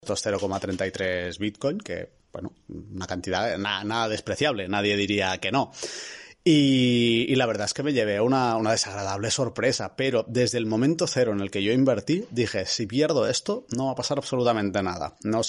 estos 0,33 Bitcoin, que, bueno, una cantidad nada despreciable, nadie diría que no. Y la verdad es que me llevé una desagradable sorpresa, pero desde el momento cero en el que yo invertí, dije, si pierdo esto, no va a pasar absolutamente nada. No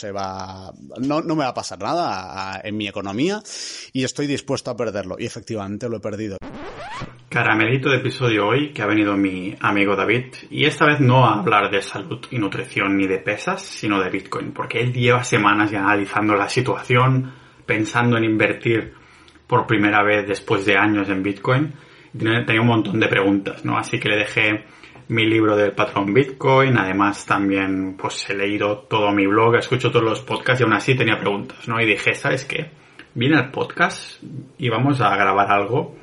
me va a pasar nada en mi economía y estoy dispuesto a perderlo. Y efectivamente lo he perdido. Caramelito de episodio hoy, que ha venido mi amigo David, y esta vez no a hablar de salud y nutrición ni de pesas, sino de Bitcoin, porque él lleva semanas ya analizando la situación, pensando en invertir por primera vez después de años en Bitcoin. Tenía un montón de preguntas, ¿no? Así que le dejé mi libro del patrón Bitcoin, además también pues he leído todo mi blog, escucho todos los podcasts y aún así tenía preguntas, ¿no? Y dije, ¿sabes qué? Viene el podcast y vamos a grabar algo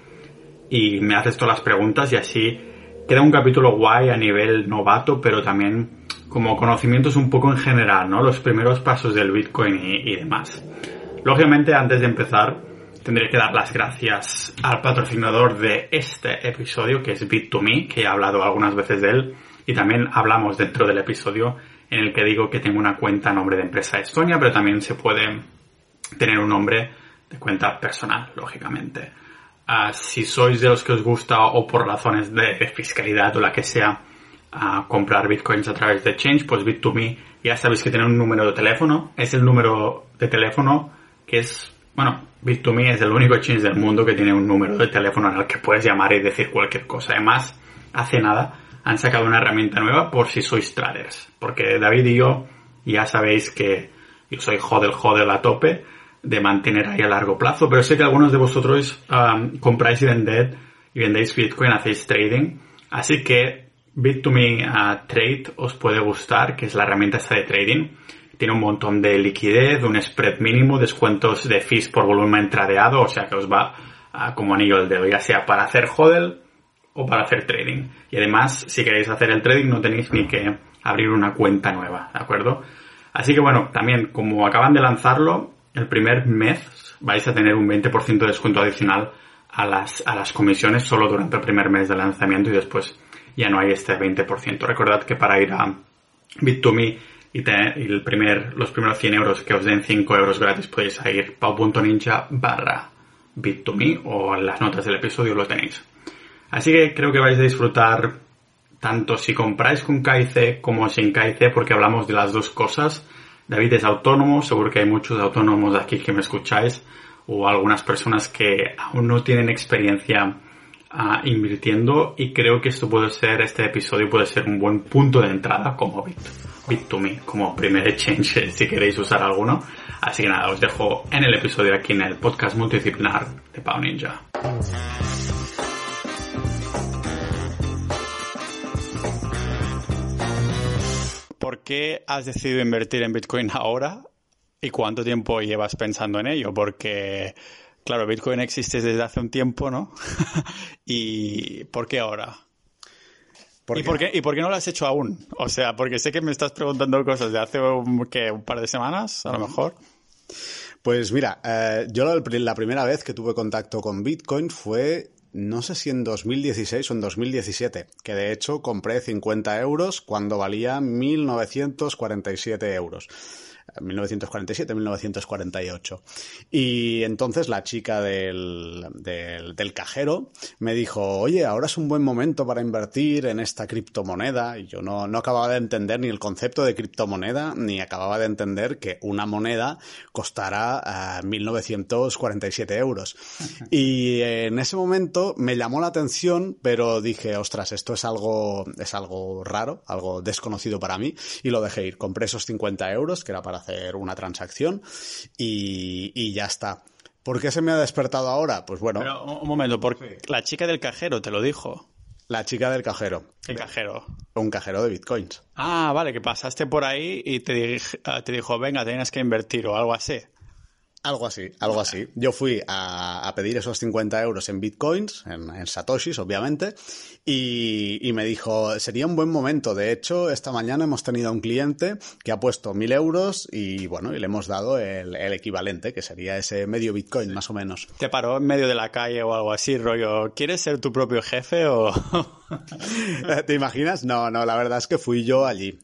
y me haces todas las preguntas y así queda un capítulo guay a nivel novato, pero también como conocimientos un poco en general, ¿no? Los primeros pasos del Bitcoin y demás. Lógicamente, antes de empezar, tendré que dar las gracias al patrocinador de este episodio, que es Bit2Me, que he hablado algunas veces de él, y también hablamos dentro del episodio en el que digo que tengo una cuenta a nombre de empresa Estonia, pero también se puede tener un nombre de cuenta personal, lógicamente. Si sois de los que os gusta o por razones de fiscalidad o la que sea, comprar bitcoins a través de Change, pues Bit2Me ya sabéis que tiene un número de teléfono. Es el número de teléfono que es, bueno, Bit2Me es el único exchange del mundo que tiene un número de teléfono en el que puedes llamar y decir cualquier cosa. Además, hace nada han sacado una herramienta nueva por si sois traders. Porque David y yo ya sabéis que yo soy hodl a tope de mantener ahí a largo plazo, pero sé que algunos de vosotros compráis y vendéis Bitcoin, hacéis trading, así que Bit2Me Trade os puede gustar, que es la herramienta esta de trading. Tiene un montón de liquidez, un spread mínimo, descuentos de fees por volumen tradeado, o sea que os va como anillo al dedo, ya sea para hacer hodl o para hacer trading. Y además, si queréis hacer el trading no tenéis ni que abrir una cuenta nueva, ¿de acuerdo? Así que bueno, también como acaban de lanzarlo, el primer mes vais a tener un 20% de descuento adicional a las comisiones solo durante el primer mes de lanzamiento y después ya no hay este 20%. Recordad que para ir a Bit2Me y los primeros 100 euros que os den 5 euros gratis podéis ir pau.ninja/Bit2Me o en las notas del episodio lo tenéis. Así que creo que vais a disfrutar tanto si compráis con KIC como sin KIC porque hablamos de las dos cosas. David es autónomo, seguro que hay muchos autónomos aquí que me escucháis o algunas personas que aún no tienen experiencia invirtiendo y creo que este episodio puede ser un buen punto de entrada como Bit2Me, como primer exchange si queréis usar alguno. Así que nada, os dejo en el episodio aquí en el podcast multidisciplinar de Pau Ninja. ¿Por qué has decidido invertir en Bitcoin ahora y cuánto tiempo llevas pensando en ello? Porque, claro, Bitcoin existe desde hace un tiempo, ¿no? ¿Y por qué ahora? ¿Y por qué no lo has hecho aún? O sea, porque sé que me estás preguntando cosas de hace un par de semanas, a lo mejor. Pues mira, yo la primera vez que tuve contacto con Bitcoin fue, no sé si en 2016 o en 2017, que de hecho compré 50 euros cuando valía 1.947 euros. 1947-1948. Y entonces la chica del cajero me dijo, oye, ahora es un buen momento para invertir en esta criptomoneda. Y yo no acababa de entender ni el concepto de criptomoneda, ni acababa de entender que una moneda costara 1.947 euros. Y en ese momento me llamó la atención, pero dije, ostras, esto es algo raro, algo desconocido para mí, y lo dejé ir. Compré esos 50 euros, que era para hacer una transacción y ya está. ¿Por qué se me ha despertado ahora? Pues bueno... Pero un momento, porque la chica del cajero te lo dijo. La chica del cajero. ¿Qué cajero? Un cajero de bitcoins. Ah, vale, que pasaste por ahí y te dijo, venga, tienes que invertir o algo así. Algo así, algo así. Yo fui a pedir esos 50 euros en bitcoins, en satoshis, obviamente, y me dijo, sería un buen momento. De hecho, esta mañana hemos tenido a un cliente que ha puesto 1.000 euros y bueno, y le hemos dado el equivalente, que sería ese medio bitcoin, más o menos. ¿Te paró en medio de la calle o algo así, rollo, ¿quieres ser tu propio jefe o...? ¿Te imaginas? No, la verdad es que fui yo allí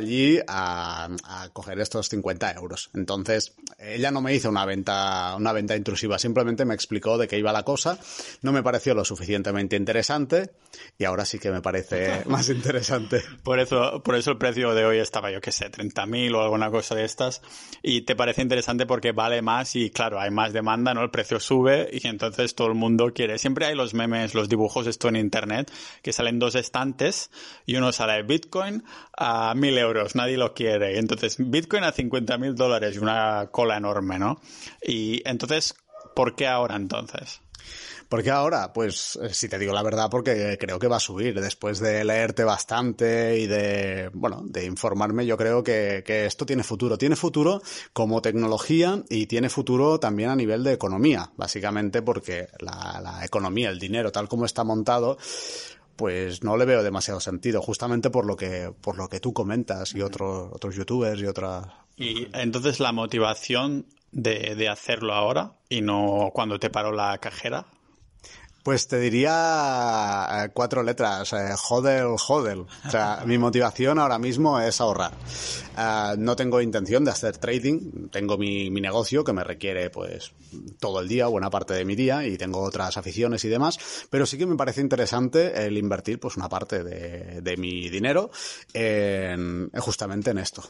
a coger estos 50 euros. Entonces, ella no me hizo una venta intrusiva, simplemente me explicó de qué iba la cosa, no me pareció lo suficientemente interesante y ahora sí que me parece más interesante. Por eso el precio de hoy estaba, yo qué sé, 30.000 o alguna cosa de estas, y te parece interesante porque vale más y claro, hay más demanda, ¿no? El precio sube y entonces todo el mundo quiere. Siempre hay los memes, los dibujos, esto en internet, que salen dos estantes y uno sale Bitcoin a 1.000 euros, nadie lo quiere. Y entonces Bitcoin a $50.000 y una cola enorme, ¿no? Y entonces, ¿por qué ahora entonces? ¿Por qué ahora? Pues, si te digo la verdad, porque creo que va a subir. Después de leerte bastante y de informarme, yo creo que esto tiene futuro. Tiene futuro como tecnología y tiene futuro también a nivel de economía. Básicamente porque la economía, el dinero, tal como está montado, pues no le veo demasiado sentido, justamente por lo que tú comentas y otros youtubers y otras. Y entonces la motivación de hacerlo ahora y no cuando te paró la cajera. Pues te diría 4 letras, hodl. O sea, mi motivación ahora mismo es ahorrar. No tengo intención de hacer trading, tengo mi negocio que me requiere pues todo el día, buena parte de mi día, y tengo otras aficiones y demás, pero sí que me parece interesante el invertir pues una parte de mi dinero justamente en esto.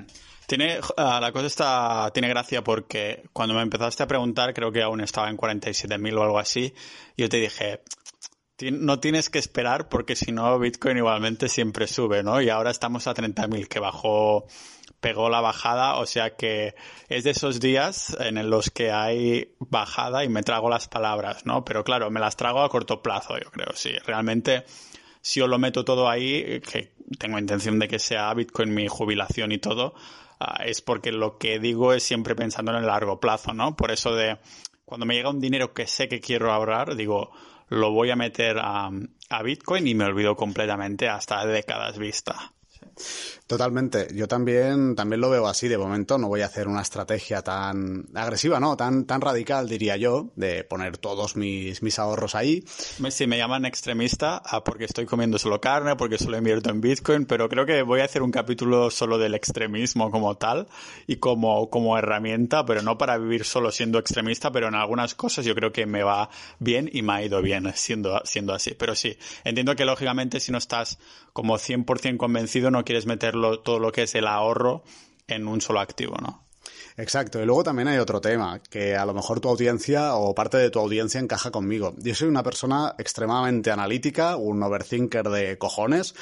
La cosa tiene gracia porque cuando me empezaste a preguntar, creo que aún estaba en 47.000 o algo así, yo te dije, no tienes que esperar porque si no Bitcoin igualmente siempre sube, ¿no? Y ahora estamos a 30.000, que pegó la bajada, o sea que es de esos días en los que hay bajada y me trago las palabras, ¿no? Pero claro, me las trago a corto plazo, yo creo, sí. Realmente, si yo lo meto todo ahí, que tengo intención de que sea Bitcoin mi jubilación y todo, es porque lo que digo es siempre pensando en el largo plazo, ¿no? Por eso cuando me llega un dinero que sé que quiero ahorrar, digo, lo voy a meter a Bitcoin y me olvido completamente hasta décadas vista. Totalmente. Yo también lo veo así. De momento no voy a hacer una estrategia tan agresiva, ¿no? Tan radical, diría yo, de poner todos mis ahorros ahí. Sí, me llaman extremista porque estoy comiendo solo carne, porque solo invierto en Bitcoin, pero creo que voy a hacer un capítulo solo del extremismo como tal y como herramienta, pero no para vivir solo siendo extremista, pero en algunas cosas yo creo que me va bien y me ha ido bien siendo así. Pero sí, entiendo que lógicamente si no estás como 100% convencido, no quieres meterlo todo lo que es el ahorro en un solo activo, ¿no? Exacto. Y luego también hay otro tema, que a lo mejor tu audiencia o parte de tu audiencia encaja conmigo. Yo soy una persona extremadamente analítica, un overthinker de cojones,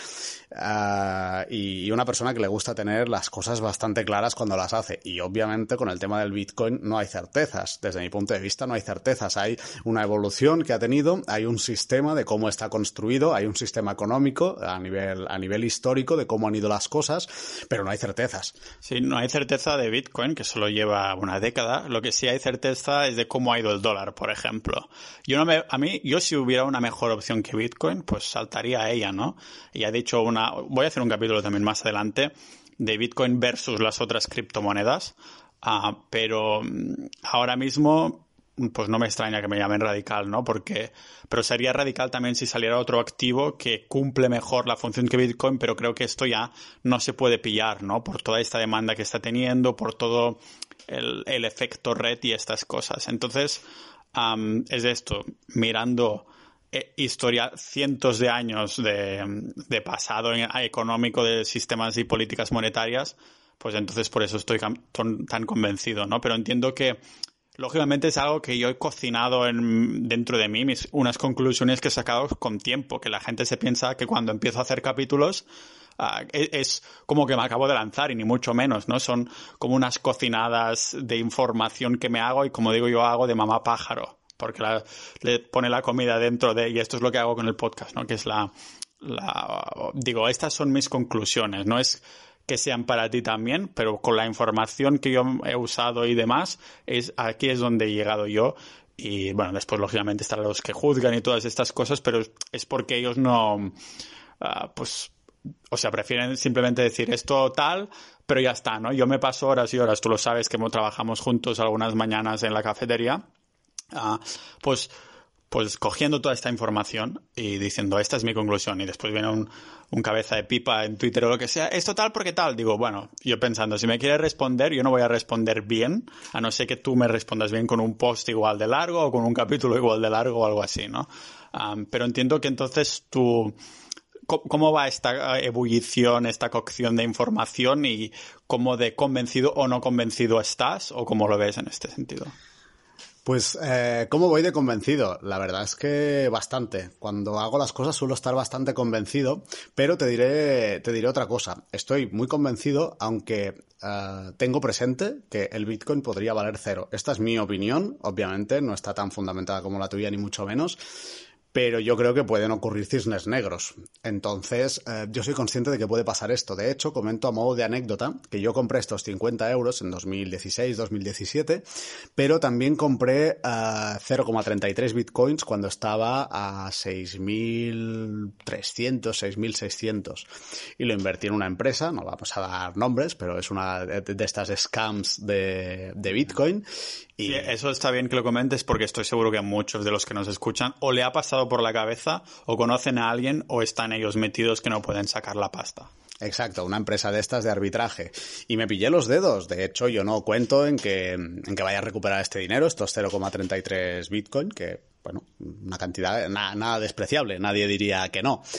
y una persona que le gusta tener las cosas bastante claras cuando las hace. Y obviamente con el tema del Bitcoin no hay certezas. Desde mi punto de vista no hay certezas. Hay una evolución que ha tenido, hay un sistema de cómo está construido, hay un sistema económico a nivel histórico de cómo han ido las cosas, pero no hay certezas. Sí, no hay certeza de Bitcoin, que solo lleva una década. Lo que sí hay certeza es de cómo ha ido el dólar, por ejemplo. Yo si hubiera una mejor opción que Bitcoin, pues saltaría a ella, ¿no? Y ha dicho voy a hacer un capítulo también más adelante de Bitcoin versus las otras criptomonedas, pero ahora mismo pues no me extraña que me llamen radical, ¿no? Pero sería radical también si saliera otro activo que cumple mejor la función que Bitcoin, pero creo que esto ya no se puede pillar, ¿no? Por toda esta demanda que está teniendo, por todo el efecto red y estas cosas. Entonces, es esto, mirando historia, cientos de años de pasado económico de sistemas y políticas monetarias, pues entonces por eso estoy tan convencido, ¿no? Pero entiendo que lógicamente es algo que yo he cocinado dentro de mí, unas conclusiones que he sacado con tiempo, que la gente se piensa que cuando empiezo a hacer capítulos es como que me acabo de lanzar y ni mucho menos, ¿no? Son como unas cocinadas de información que me hago y como digo yo hago de mamá pájaro, porque le pone la comida dentro y esto es lo que hago con el podcast, ¿no? Que es digo, estas son mis conclusiones, no es que sean para ti también, pero con la información que yo he usado y demás, aquí es donde he llegado yo. Y bueno, después lógicamente están los que juzgan y todas estas cosas, pero es porque ellos no, prefieren simplemente decir esto tal, pero ya está, ¿no? Yo me paso horas y horas, tú lo sabes que trabajamos juntos algunas mañanas en la cafetería, pues cogiendo toda esta información y diciendo, esta es mi conclusión, y después viene un cabeza de pipa en Twitter o lo que sea, esto tal porque tal. Digo, bueno, yo pensando, si me quieres responder, yo no voy a responder bien, a no ser que tú me respondas bien con un post igual de largo o con un capítulo igual de largo o algo así, ¿no? Pero entiendo que entonces ¿cómo va esta ebullición, esta cocción de información y cómo de convencido o no convencido estás o cómo lo ves en este sentido? Pues, ¿cómo voy de convencido? La verdad es que bastante. Cuando hago las cosas suelo estar bastante convencido, pero te diré otra cosa. Estoy muy convencido, aunque tengo presente que el Bitcoin podría valer 0. Esta es mi opinión, obviamente, no está tan fundamentada como la tuya, ni mucho menos. Pero yo creo que pueden ocurrir cisnes negros. Entonces, yo soy consciente de que puede pasar esto. De hecho, comento a modo de anécdota que yo compré estos 50 euros en 2016, 2017, pero también compré 0,33 bitcoins cuando estaba a 6.300, 6.600. Y lo invertí en una empresa, no vamos a dar nombres, pero es una de estas scams de Bitcoin. Y eso está bien que lo comentes porque estoy seguro que a muchos de los que nos escuchan o le ha pasado por la cabeza o conocen a alguien o están ellos metidos que no pueden sacar la pasta. Exacto, una empresa de estas de arbitraje. Y me pillé los dedos. De hecho, yo no cuento en que vaya a recuperar este dinero, estos 0,33 Bitcoin, que, bueno, una cantidad nada despreciable, nadie diría que no.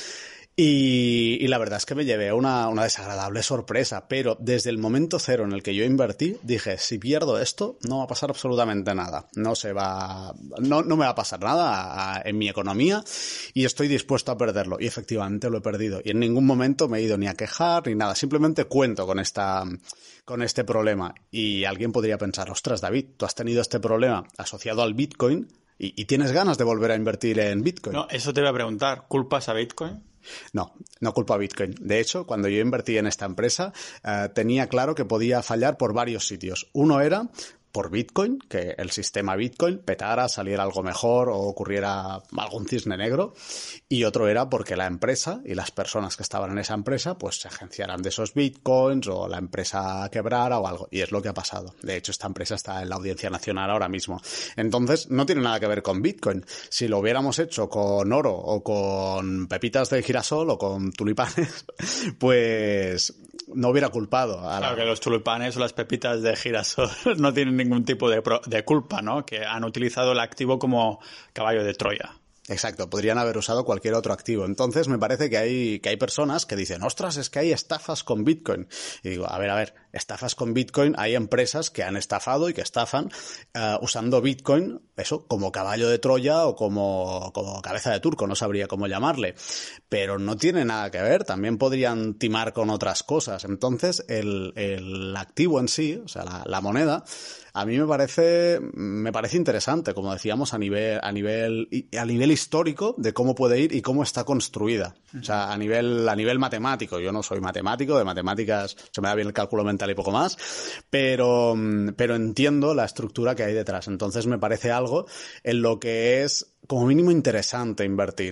Y la verdad es que me llevé una desagradable sorpresa, pero desde el momento cero en el que yo invertí, dije, si pierdo esto, no va a pasar absolutamente nada. No me va a pasar nada en mi economía y estoy dispuesto a perderlo. Y efectivamente lo he perdido. Y en ningún momento me he ido ni a quejar ni nada. Simplemente cuento con este problema. Y alguien podría pensar, ostras, David, tú has tenido este problema asociado al Bitcoin y tienes ganas de volver a invertir en Bitcoin. No, eso te iba a preguntar. ¿Culpas a Bitcoin? No culpo a Bitcoin. De hecho, cuando yo invertí en esta empresa, tenía claro que podía fallar por varios sitios. Uno era por Bitcoin, que el sistema Bitcoin petara, saliera algo mejor o ocurriera algún cisne negro. Y otro era porque la empresa y las personas que estaban en esa empresa pues se agenciaran de esos Bitcoins o la empresa quebrara o algo. Y es lo que ha pasado. De hecho, esta empresa está en la Audiencia Nacional ahora mismo. Entonces, no tiene nada que ver con Bitcoin. Si lo hubiéramos hecho con oro o con pepitas de girasol o con tulipanes, pues no hubiera culpado a Claro que los tulipanes o las pepitas de girasol no tienen ningún tipo de culpa, ¿no? Que han utilizado el activo como caballo de Troya. Exacto, podrían haber usado cualquier otro activo. Entonces me parece que hay personas que dicen, ostras, es que hay estafas con Bitcoin. Y digo, a ver, estafas con Bitcoin, hay empresas que han estafado y que estafan usando Bitcoin, eso, como caballo de Troya o como cabeza de turco, no sabría cómo llamarle. Pero no tiene nada que ver, también podrían timar con otras cosas. Entonces el activo en sí, o sea, la moneda, a mí me parece interesante, como decíamos, a nivel histórico de cómo puede ir y cómo está construida. O sea, a nivel matemático. Yo no soy matemático, de matemáticas se me da bien el cálculo mental y poco más, pero entiendo la estructura que hay detrás. Entonces me parece algo en lo que es como mínimo interesante invertir.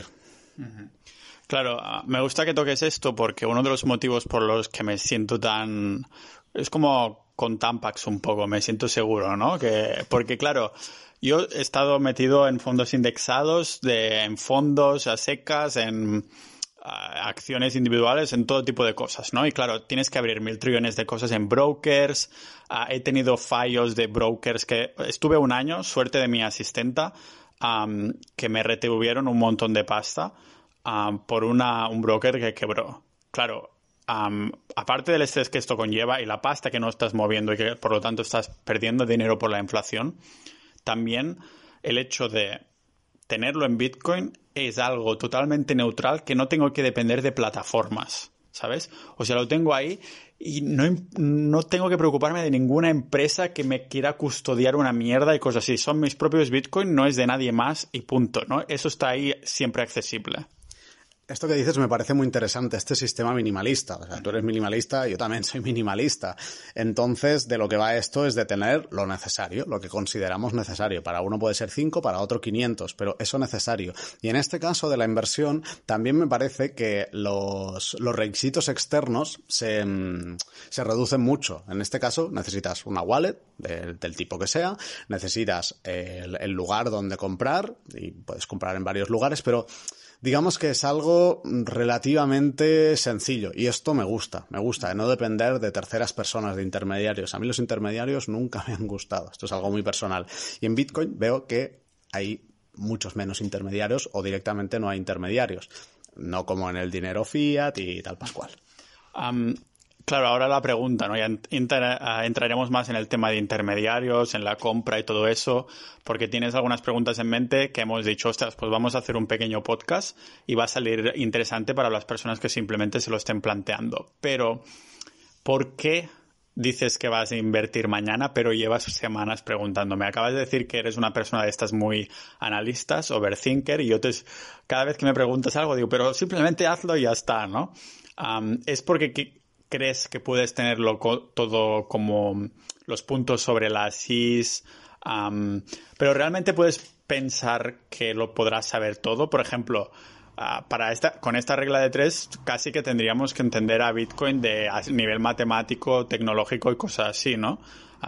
Claro, me gusta que toques esto porque uno de los motivos por los que me siento tan... Es como con Tampax un poco, me siento seguro, ¿no? Porque claro, yo he estado metido en fondos indexados, en fondos a secas, en acciones individuales, en todo tipo de cosas, ¿no? Y claro, tienes que abrir 1.000 trillones de cosas en brokers. He tenido fallos de brokers que estuve un año, suerte de mi asistenta, que me retuvieron un montón de pasta por un broker que quebró. Claro, aparte del estrés que esto conlleva y la pasta que no estás moviendo y que por lo tanto estás perdiendo dinero por la inflación, también el hecho de tenerlo en Bitcoin es algo totalmente neutral que no tengo que depender de plataformas, ¿sabes? O sea, lo tengo ahí y no tengo que preocuparme de ninguna empresa que me quiera custodiar una mierda y cosas así. Son mis propios Bitcoin, no es de nadie más y punto, ¿no? Eso está ahí siempre accesible. Esto que dices me parece muy interesante, este sistema minimalista. O sea, tú eres minimalista, yo también soy minimalista. Entonces, de lo que va esto es de tener lo necesario, lo que consideramos necesario. Para uno puede ser 5, para otro 500, pero eso necesario. Y en este caso de la inversión, también me parece que los requisitos externos se reducen mucho. En este caso, necesitas una wallet del tipo que sea, necesitas el lugar donde comprar, y puedes comprar en varios lugares, pero digamos que es algo relativamente sencillo y esto me gusta de no depender de terceras personas, de intermediarios. A mí los intermediarios nunca me han gustado, esto es algo muy personal. Y en Bitcoin veo que hay muchos menos intermediarios o directamente no hay intermediarios, no como en el dinero fiat y tal pascual. Claro, ahora la pregunta, ¿no? Ya entraremos más en el tema de intermediarios, en la compra y todo eso, porque tienes algunas preguntas en mente que hemos dicho, ostras, pues vamos a hacer un pequeño podcast y va a salir interesante para las personas que simplemente se lo estén planteando. Pero, ¿por qué dices que vas a invertir mañana, pero llevas semanas preguntándome? Acabas de decir que eres una persona de estas muy analistas, overthinker, y yo cada vez que me preguntas algo digo, pero simplemente hazlo y ya está, ¿no? Es porque ¿crees que puedes tenerlo todo como los puntos sobre las is? Pero realmente puedes pensar que lo podrás saber todo. Por ejemplo, con esta regla de 3 casi que tendríamos que entender a Bitcoin a nivel matemático, tecnológico y cosas así, ¿no?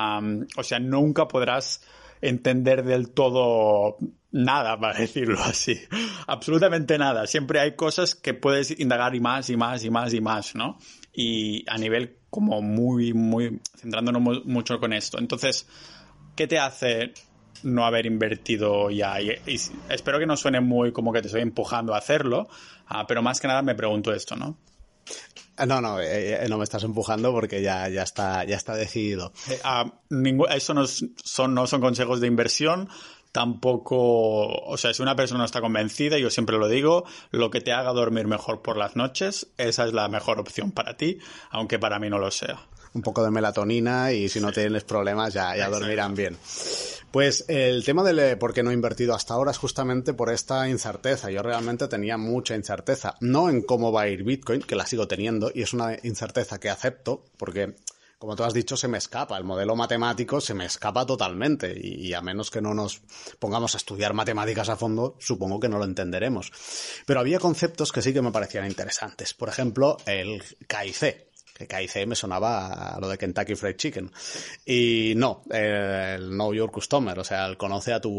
O sea, nunca podrás entender del todo nada, para decirlo así. Absolutamente nada. Siempre hay cosas que puedes indagar y más, y más, y más, y más, ¿no? Y a nivel como muy, muy, centrándonos mucho con esto. Entonces, ¿qué te hace no haber invertido ya? Y espero que no suene muy como que te estoy empujando a hacerlo, pero más que nada me pregunto esto, ¿no? No me estás empujando porque ya está decidido. Eso no son consejos de inversión. Tampoco, o sea, si una persona no está convencida, yo siempre lo digo, lo que te haga dormir mejor por las noches, esa es la mejor opción para ti, aunque para mí no lo sea. Un poco de melatonina y si no tienes problemas ya dormirán bien. Pues el tema de por qué no he invertido hasta ahora es justamente por esta incerteza. Yo realmente tenía mucha incerteza, no en cómo va a ir Bitcoin, que la sigo teniendo, y es una incerteza que acepto porque, como tú has dicho, se me escapa. El modelo matemático se me escapa totalmente y a menos que no nos pongamos a estudiar matemáticas a fondo, supongo que no lo entenderemos. Pero había conceptos que sí que me parecían interesantes. Por ejemplo, el KIC. Que KIC me sonaba a lo de Kentucky Fried Chicken. Y no, el Know Your Customer, o sea, el conoce a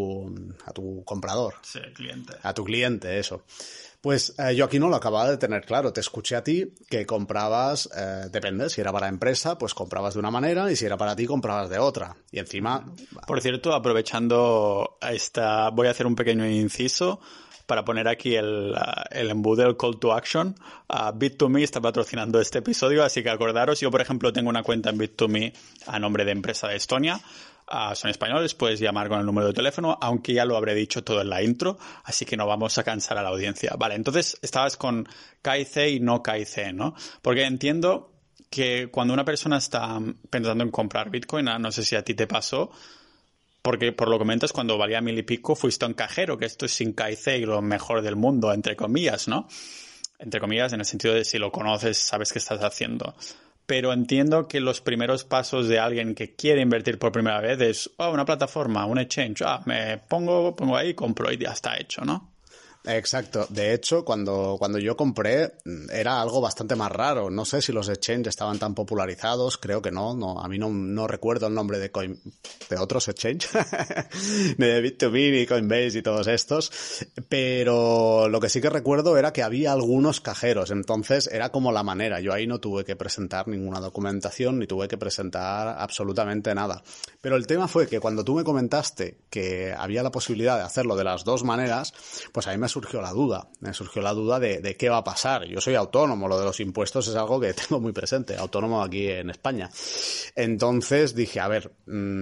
tu comprador. Sí, cliente. A tu cliente, eso. Pues yo aquí no lo acababa de tener claro. Te escuché a ti que comprabas, depende, si era para empresa, pues comprabas de una manera y si era para ti, comprabas de otra. Y encima... Por cierto, aprovechando voy a hacer un pequeño inciso para poner aquí el embudo del call to action. Bit2Me está patrocinando este episodio, así que acordaros, yo por ejemplo tengo una cuenta en Bit2Me a nombre de empresa de Estonia. Son españoles, puedes llamar con el número de teléfono, aunque ya lo habré dicho todo en la intro, así que no vamos a cansar a la audiencia. Vale, entonces estabas con KIC y no KIC, ¿no? Porque entiendo que cuando una persona está pensando en comprar Bitcoin, no sé si a ti te pasó, porque por lo que comentas, cuando valía 1,000 y pico fuiste a un cajero, que esto es sin KIC y lo mejor del mundo, entre comillas, ¿no? Entre comillas, en el sentido de si lo conoces, sabes qué estás haciendo. Pero entiendo que los primeros pasos de alguien que quiere invertir por primera vez es una plataforma, un exchange, me pongo ahí, compro y ya está hecho, ¿no? Exacto. De hecho, cuando yo compré era algo bastante más raro. No sé si los exchanges estaban tan popularizados, creo que no. A mí no recuerdo el nombre de otros exchanges, de Bit2Me y Coinbase y todos estos, pero lo que sí que recuerdo era que había algunos cajeros, entonces era como la manera. Yo ahí no tuve que presentar ninguna documentación ni tuve que presentar absolutamente nada. Pero el tema fue que cuando tú me comentaste que había la posibilidad de hacerlo de las dos maneras, pues a mí me surgió la duda de qué va a pasar. Yo soy autónomo, lo de los impuestos es algo que tengo muy presente, autónomo aquí en España. Entonces dije, a ver,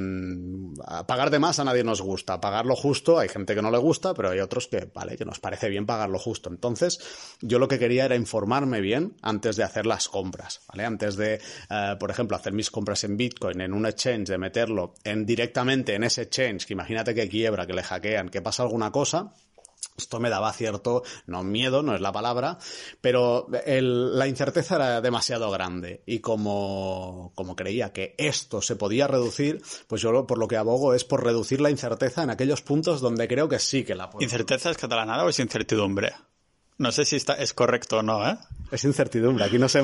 pagar de más a nadie nos gusta, pagar lo justo, hay gente que no le gusta, pero hay otros que nos parece bien pagar lo justo. Entonces yo lo que quería era informarme bien antes de hacer las compras, ¿vale? Antes de, por ejemplo, hacer mis compras en Bitcoin, en un exchange, de meterlo directamente en ese exchange, que imagínate que quiebra, que le hackean, que pasa alguna cosa, Esto me daba cierto, no miedo, no es la palabra, pero la incerteza era demasiado grande y como creía que esto se podía reducir, pues yo por lo que abogo es por reducir la incerteza en aquellos puntos donde creo que sí que la puedo. ¿Incerteza es catalanada o es incertidumbre? No sé si es correcto o no, ¿eh? Es incertidumbre. Aquí nos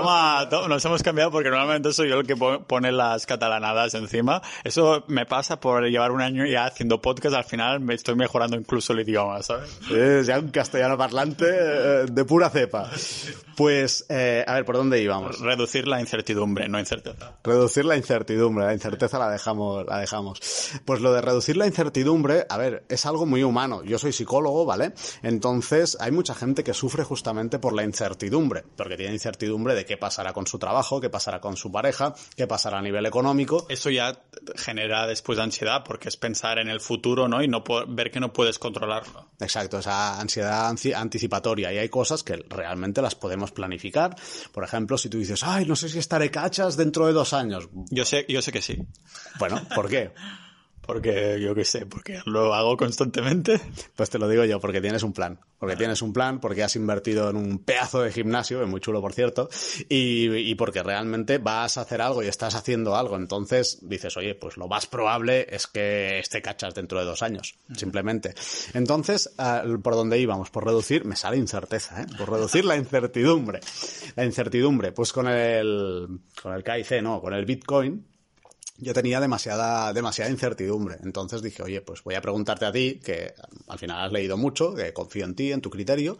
hemos cambiado porque normalmente soy yo el que pone las catalanadas encima. Eso me pasa por llevar un año ya haciendo podcast. Al final me estoy mejorando incluso el idioma, ¿sabes? Es ya un castellano parlante de pura cepa. Pues, a ver, ¿por dónde íbamos? Reducir la incertidumbre, no incerteza. Reducir la incertidumbre. La incerteza la dejamos. Pues lo de reducir la incertidumbre, a ver, es algo muy humano. Yo soy psicólogo, ¿vale? Entonces, hay mucha gente que sufre justamente por la incertidumbre, porque tiene incertidumbre de qué pasará con su trabajo, qué pasará con su pareja, qué pasará a nivel económico. Eso ya genera después ansiedad, porque es pensar en el futuro, ¿no? Y ver que no puedes controlarlo. Exacto, esa ansiedad anticipatoria. Y hay cosas que realmente las podemos planificar. Por ejemplo, si tú dices, ay, no sé si estaré cachas dentro de 2 años. Yo sé que sí. Bueno, ¿por qué? Porque, yo qué sé, porque lo hago constantemente. Pues te lo digo yo, porque tienes un plan. Porque has invertido en un pedazo de gimnasio, es muy chulo, por cierto, y porque realmente vas a hacer algo y estás haciendo algo. Entonces dices, oye, pues lo más probable es que esté cachas dentro de 2 años, simplemente. Entonces, ¿por dónde íbamos? Por reducir, me sale incerteza, ¿eh? Por reducir la incertidumbre. La incertidumbre, pues con el KIC, no, con el Bitcoin, yo tenía demasiada incertidumbre. Entonces dije, oye, pues voy a preguntarte a ti, que al final has leído mucho, que confío en ti, en tu criterio,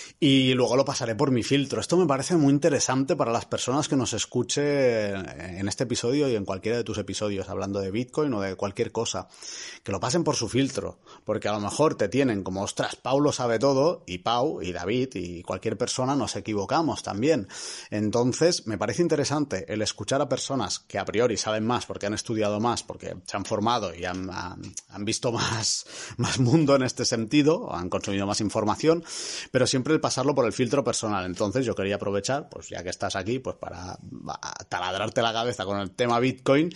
y luego lo pasaré por mi filtro. Esto me parece muy interesante para las personas que nos escuchen en este episodio y en cualquiera de tus episodios, hablando de Bitcoin o de cualquier cosa. Que lo pasen por su filtro, porque a lo mejor te tienen como, ostras, Pau lo sabe todo, y Pau, y David, y cualquier persona nos equivocamos también. Entonces, me parece interesante el escuchar a personas que a priori saben más, porque han estudiado más, porque se han formado y han visto más mundo en este sentido, han consumido más información, pero siempre el pasarlo por el filtro personal. Entonces yo quería aprovechar, pues ya que estás aquí, pues para taladrarte la cabeza con el tema Bitcoin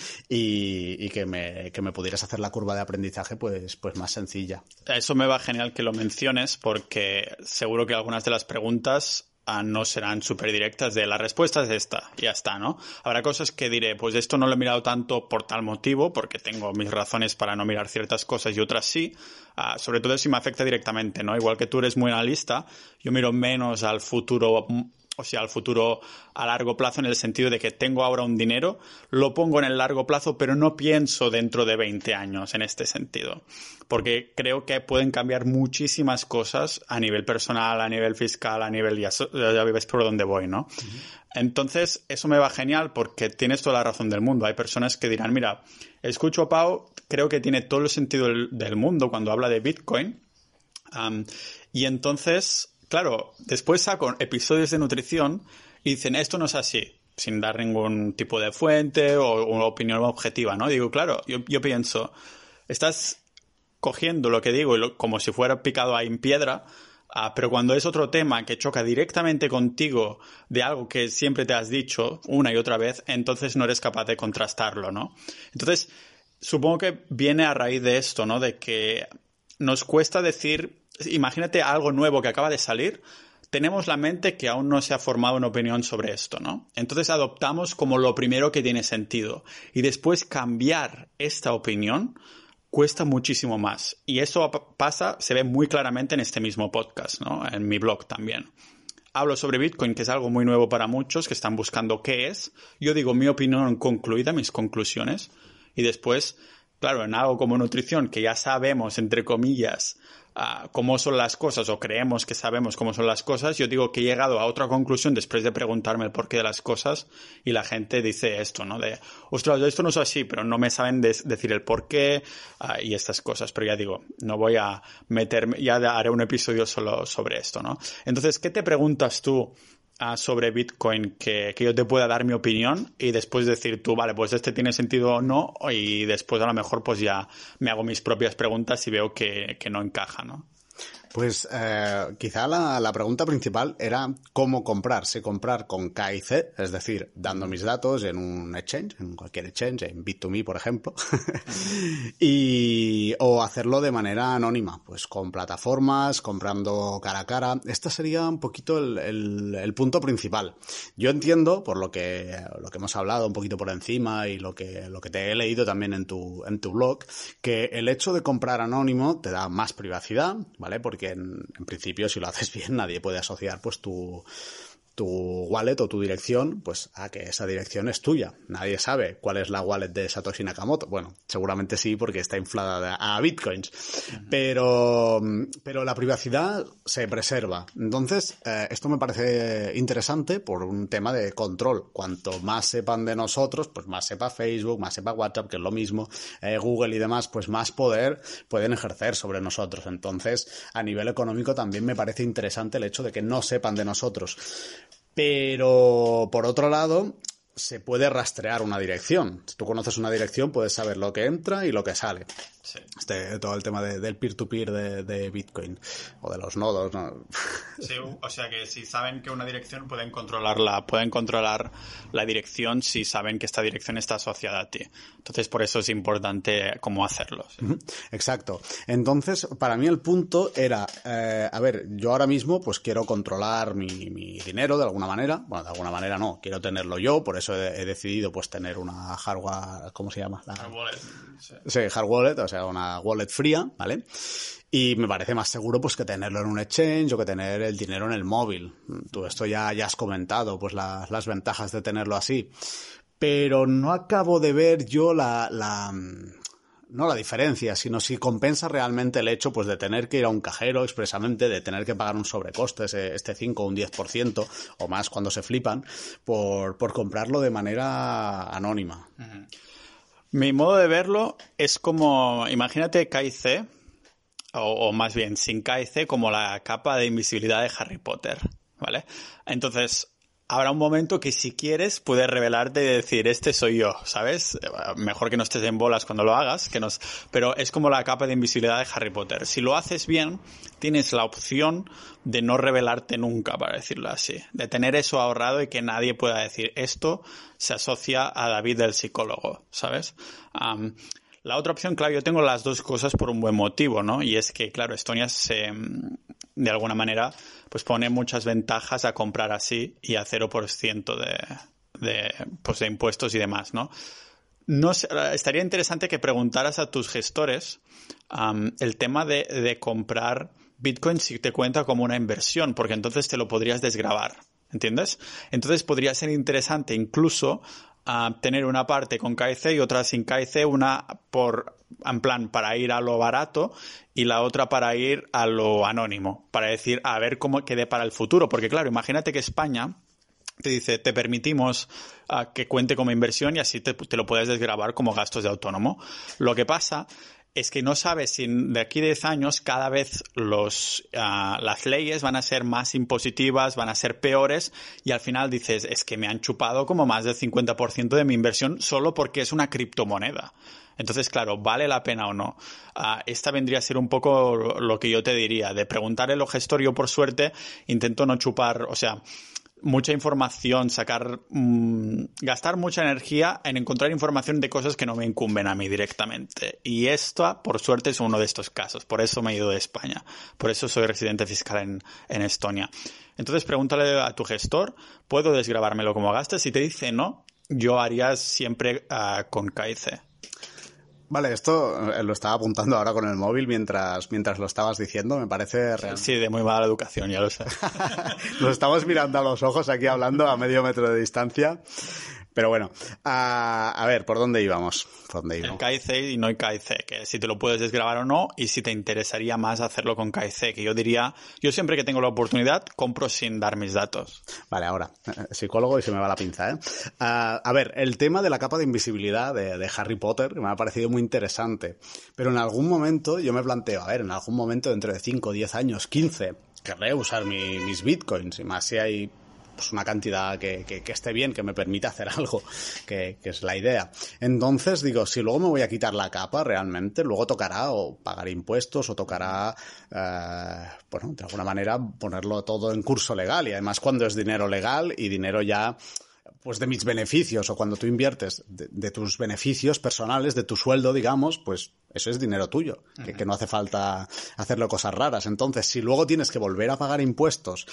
y que me pudieras hacer la curva de aprendizaje pues más sencilla. Eso me va genial que lo menciones, porque seguro que algunas de las preguntas no serán súper directas de la respuesta es esta, y ya está, ¿no? Habrá cosas que diré, pues esto no lo he mirado tanto por tal motivo, porque tengo mis razones para no mirar ciertas cosas y otras sí, sobre todo si me afecta directamente, ¿no? Igual que tú eres muy analista, yo miro menos al futuro, o sea, al futuro a largo plazo, en el sentido de que tengo ahora un dinero, lo pongo en el largo plazo, pero no pienso dentro de 20 años en este sentido. Porque creo que pueden cambiar muchísimas cosas a nivel personal, a nivel fiscal, a nivel... Ya ves por dónde voy, ¿no? Uh-huh. Entonces, eso me va genial porque tienes toda la razón del mundo. Hay personas que dirán, mira, escucho a Pau, creo que tiene todo el sentido del mundo cuando habla de Bitcoin. Y entonces... Claro, después saco episodios de nutrición y dicen, esto no es así, sin dar ningún tipo de fuente o una opinión objetiva, ¿no? Digo, claro, yo pienso, estás cogiendo lo que digo como si fuera picado ahí en piedra, pero cuando es otro tema que choca directamente contigo de algo que siempre te has dicho una y otra vez, entonces no eres capaz de contrastarlo, ¿no? Entonces, supongo que viene a raíz de esto, ¿no? De que nos cuesta decir... Imagínate algo nuevo que acaba de salir, tenemos la mente que aún no se ha formado una opinión sobre esto, ¿no? Entonces adoptamos como lo primero que tiene sentido. Y después cambiar esta opinión cuesta muchísimo más. Y eso se ve muy claramente en este mismo podcast, ¿no? En mi blog también. Hablo sobre Bitcoin, que es algo muy nuevo para muchos que están buscando qué es. Yo digo mi opinión concluida, mis conclusiones. Y después, claro, en algo como nutrición, que ya sabemos, entre comillas, cómo son las cosas, o creemos que sabemos cómo son las cosas, yo digo que he llegado a otra conclusión después de preguntarme el porqué de las cosas, y la gente dice esto, ¿no? De, ostras, esto no es así, pero no me saben decir el porqué y estas cosas. Pero ya digo, no voy a meterme, ya haré un episodio solo sobre esto, ¿no? Entonces, ¿qué te preguntas tú sobre Bitcoin que yo te pueda dar mi opinión y después decir tú, vale, pues este tiene sentido o no, y después a lo mejor pues ya me hago mis propias preguntas y veo que no encaja, ¿no? Pues quizá la pregunta principal era cómo comprar. Si comprar con KIC, es decir, dando mis datos en un exchange, en cualquier exchange, en Bit2Me, por ejemplo, o hacerlo de manera anónima, pues con plataformas, comprando cara a cara. Este sería un poquito el punto principal. Yo entiendo, por lo que hemos hablado un poquito por encima y lo que te he leído también en tu blog, que el hecho de comprar anónimo te da más privacidad, ¿vale? Porque en principio, si lo haces bien, nadie puede asociar pues tu wallet o tu dirección, pues a que esa dirección es tuya. Nadie sabe cuál es la wallet de Satoshi Nakamoto. Bueno, seguramente sí, porque está inflada a bitcoins. Pero la privacidad se preserva. Entonces, esto me parece interesante por un tema de control. Cuanto más sepan de nosotros, pues más sepa Facebook, más sepa WhatsApp, que es lo mismo, Google y demás, pues más poder pueden ejercer sobre nosotros. Entonces, a nivel económico también me parece interesante el hecho de que no sepan de nosotros. Pero, por otro lado, se puede rastrear una dirección. Si tú conoces una dirección, puedes saber lo que entra y lo que sale. Sí. Todo el tema del peer-to-peer de Bitcoin o de los nodos, ¿no? Sí, o sea que si saben que una dirección pueden controlar la dirección si saben que esta dirección está asociada a ti. Entonces, por eso es importante cómo hacerlo. ¿Sí? Exacto. Entonces, para mí el punto era, a ver, yo ahora mismo pues quiero controlar mi dinero de alguna manera. Bueno, de alguna manera no, quiero tenerlo yo, por eso he decidido pues tener una hardware, ¿cómo se llama? Hard wallet. Sí, hard wallet, o sea, una wallet fría, ¿vale? Y me parece más seguro pues que tenerlo en un exchange o que tener el dinero en el móvil. Tú esto ya has comentado, pues las ventajas de tenerlo así. Pero no acabo de ver yo no la diferencia, sino si compensa realmente el hecho pues de tener que ir a un cajero expresamente, de tener que pagar un sobrecoste, este 5 o un 10% o más cuando se flipan, por comprarlo de manera anónima. Uh-huh. Mi modo de verlo es como, imagínate KIC, o más bien sin KIC, como la capa de invisibilidad de Harry Potter, ¿vale? Entonces, habrá un momento que si quieres puedes revelarte y decir, este soy yo, ¿sabes? Mejor que no estés en bolas cuando lo hagas, pero es como la capa de invisibilidad de Harry Potter. Si lo haces bien, tienes la opción de no revelarte nunca, para decirlo así. De tener eso ahorrado y que nadie pueda decir, esto se asocia a David el psicólogo, ¿sabes? La otra opción, claro, yo tengo las dos cosas por un buen motivo, ¿no? Y es que, claro, Estonia de alguna manera, pues pone muchas ventajas a comprar así y a 0% de impuestos y demás, ¿no? Estaría interesante que preguntaras a tus gestores el tema de comprar Bitcoin si te cuenta como una inversión, porque entonces te lo podrías desgravar, ¿entiendes? Entonces podría ser interesante incluso tener una parte con KIC y otra sin KIC, una en plan para ir a lo barato y la otra para ir a lo anónimo, para decir, a ver cómo quede para el futuro, porque claro, imagínate que España te dice, te permitimos que cuente como inversión y así te lo puedes desgravar como gastos de autónomo. Lo que pasa es que no sabes si de aquí a 10 años cada vez las leyes van a ser más impositivas, van a ser peores y al final dices, es que me han chupado como más del 50% de mi inversión solo porque es una criptomoneda. Entonces, claro, ¿vale la pena o no? Esta vendría a ser un poco lo que yo te diría, de preguntarle a los gestores. Yo, por suerte, intento no chupar, o sea, mucha información, gastar mucha energía en encontrar información de cosas que no me incumben a mí directamente. Y esta, por suerte, es uno de estos casos. Por eso me he ido de España. Por eso soy residente fiscal en Estonia. Entonces, pregúntale a tu gestor, ¿puedo desgrabármelo como gastos? Si te dice no, yo haría siempre con KIC. Vale, esto lo estaba apuntando ahora con el móvil mientras lo estabas diciendo, me parece real. Sí, de muy mala educación, ya lo sé. Nos estamos mirando a los ojos aquí hablando a medio metro de distancia. Pero bueno, a ver, ¿por dónde íbamos? El KIC y no el KIC, que si te lo puedes desgravar o no, y si te interesaría más hacerlo con KIC, que yo diría, yo siempre que tengo la oportunidad, compro sin dar mis datos. Vale, ahora, psicólogo y se me va la pinza, ¿eh? A ver, el tema de la capa de invisibilidad de Harry Potter me ha parecido muy interesante, pero en algún momento yo me planteo, en algún momento dentro de 5, 10 años, 15, querré usar mis bitcoins, y más si hay pues una cantidad que esté bien, que me permita hacer algo, que es la idea. Entonces digo, si luego me voy a quitar la capa realmente, luego tocará o pagar impuestos o tocará, bueno, de alguna manera ponerlo todo en curso legal, y además cuando es dinero legal y dinero ya pues de mis beneficios, o cuando tú inviertes de tus beneficios personales, de tu sueldo, digamos, pues eso es dinero tuyo, que no hace falta hacerlo cosas raras. Entonces, si luego tienes que volver a pagar impuestos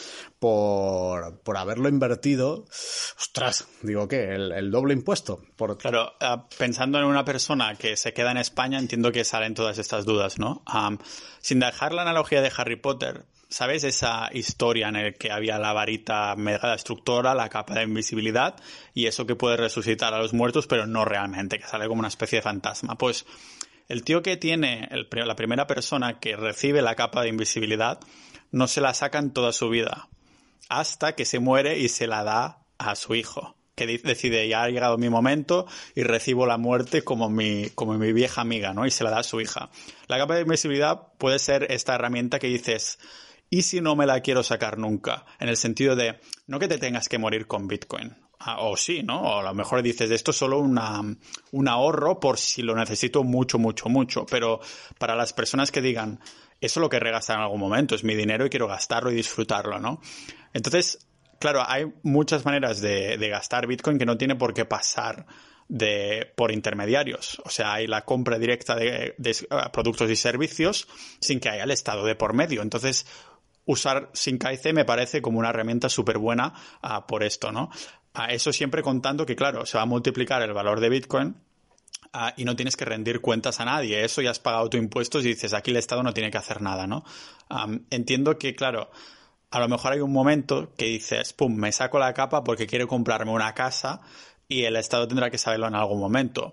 por haberlo invertido, ostras, digo, ¿qué? ¿El doble impuesto? Claro, pensando en una persona que se queda en España, entiendo que salen todas estas dudas, ¿no? Sin dejar la analogía de Harry Potter, ¿sabes esa historia en la que había la varita mega destructora, la capa de invisibilidad y eso que puede resucitar a los muertos, pero no realmente, que sale como una especie de fantasma? Pues el tío que tiene, la primera persona que recibe la capa de invisibilidad, no se la saca en toda su vida, hasta que se muere y se la da a su hijo, que decide, ya ha llegado mi momento y recibo la muerte como mi vieja amiga, ¿no? Y se la da a su hija. La capa de invisibilidad puede ser esta herramienta que dices, ¿y si no me la quiero sacar nunca? En el sentido de, no que te tengas que morir con Bitcoin. O sí, ¿no? O a lo mejor dices, esto es solo un ahorro por si lo necesito mucho, mucho, mucho. Pero para las personas que digan, eso es lo que regastar en algún momento, es mi dinero y quiero gastarlo y disfrutarlo, ¿no? Entonces, claro, hay muchas maneras de gastar Bitcoin que no tiene por qué pasar por intermediarios. O sea, hay la compra directa de productos y servicios sin que haya el Estado de por medio. Entonces, usar SyncIC me parece como una herramienta súper buena por esto, ¿no? Eso siempre contando que, claro, se va a multiplicar el valor de Bitcoin y no tienes que rendir cuentas a nadie. Eso ya has pagado tus impuestos y dices, aquí el Estado no tiene que hacer nada, ¿no? Entiendo que, claro, a lo mejor hay un momento que dices, pum, me saco la capa porque quiero comprarme una casa y el Estado tendrá que saberlo en algún momento.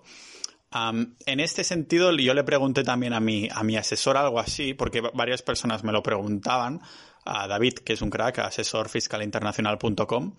En este sentido, yo le pregunté también a mi asesor algo así, porque varias personas me lo preguntaban, a David, que es un crack, asesor fiscalinternacional.com,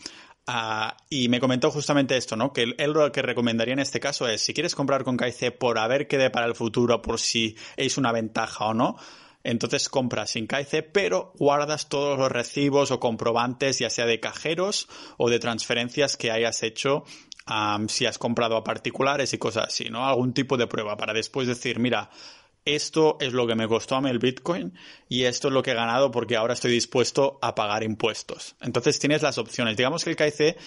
y me comentó justamente esto, ¿no? Que él lo que recomendaría en este caso es, si quieres comprar con KIC por a ver qué dé para el futuro, por si es una ventaja o no, entonces compras sin KIC, pero guardas todos los recibos o comprobantes, ya sea de cajeros o de transferencias que hayas hecho, si has comprado a particulares y cosas así, ¿no? Algún tipo de prueba para después decir, mira, esto es lo que me costó a mí el Bitcoin y esto es lo que he ganado porque ahora estoy dispuesto a pagar impuestos. Entonces tienes las opciones. Digamos que el KIC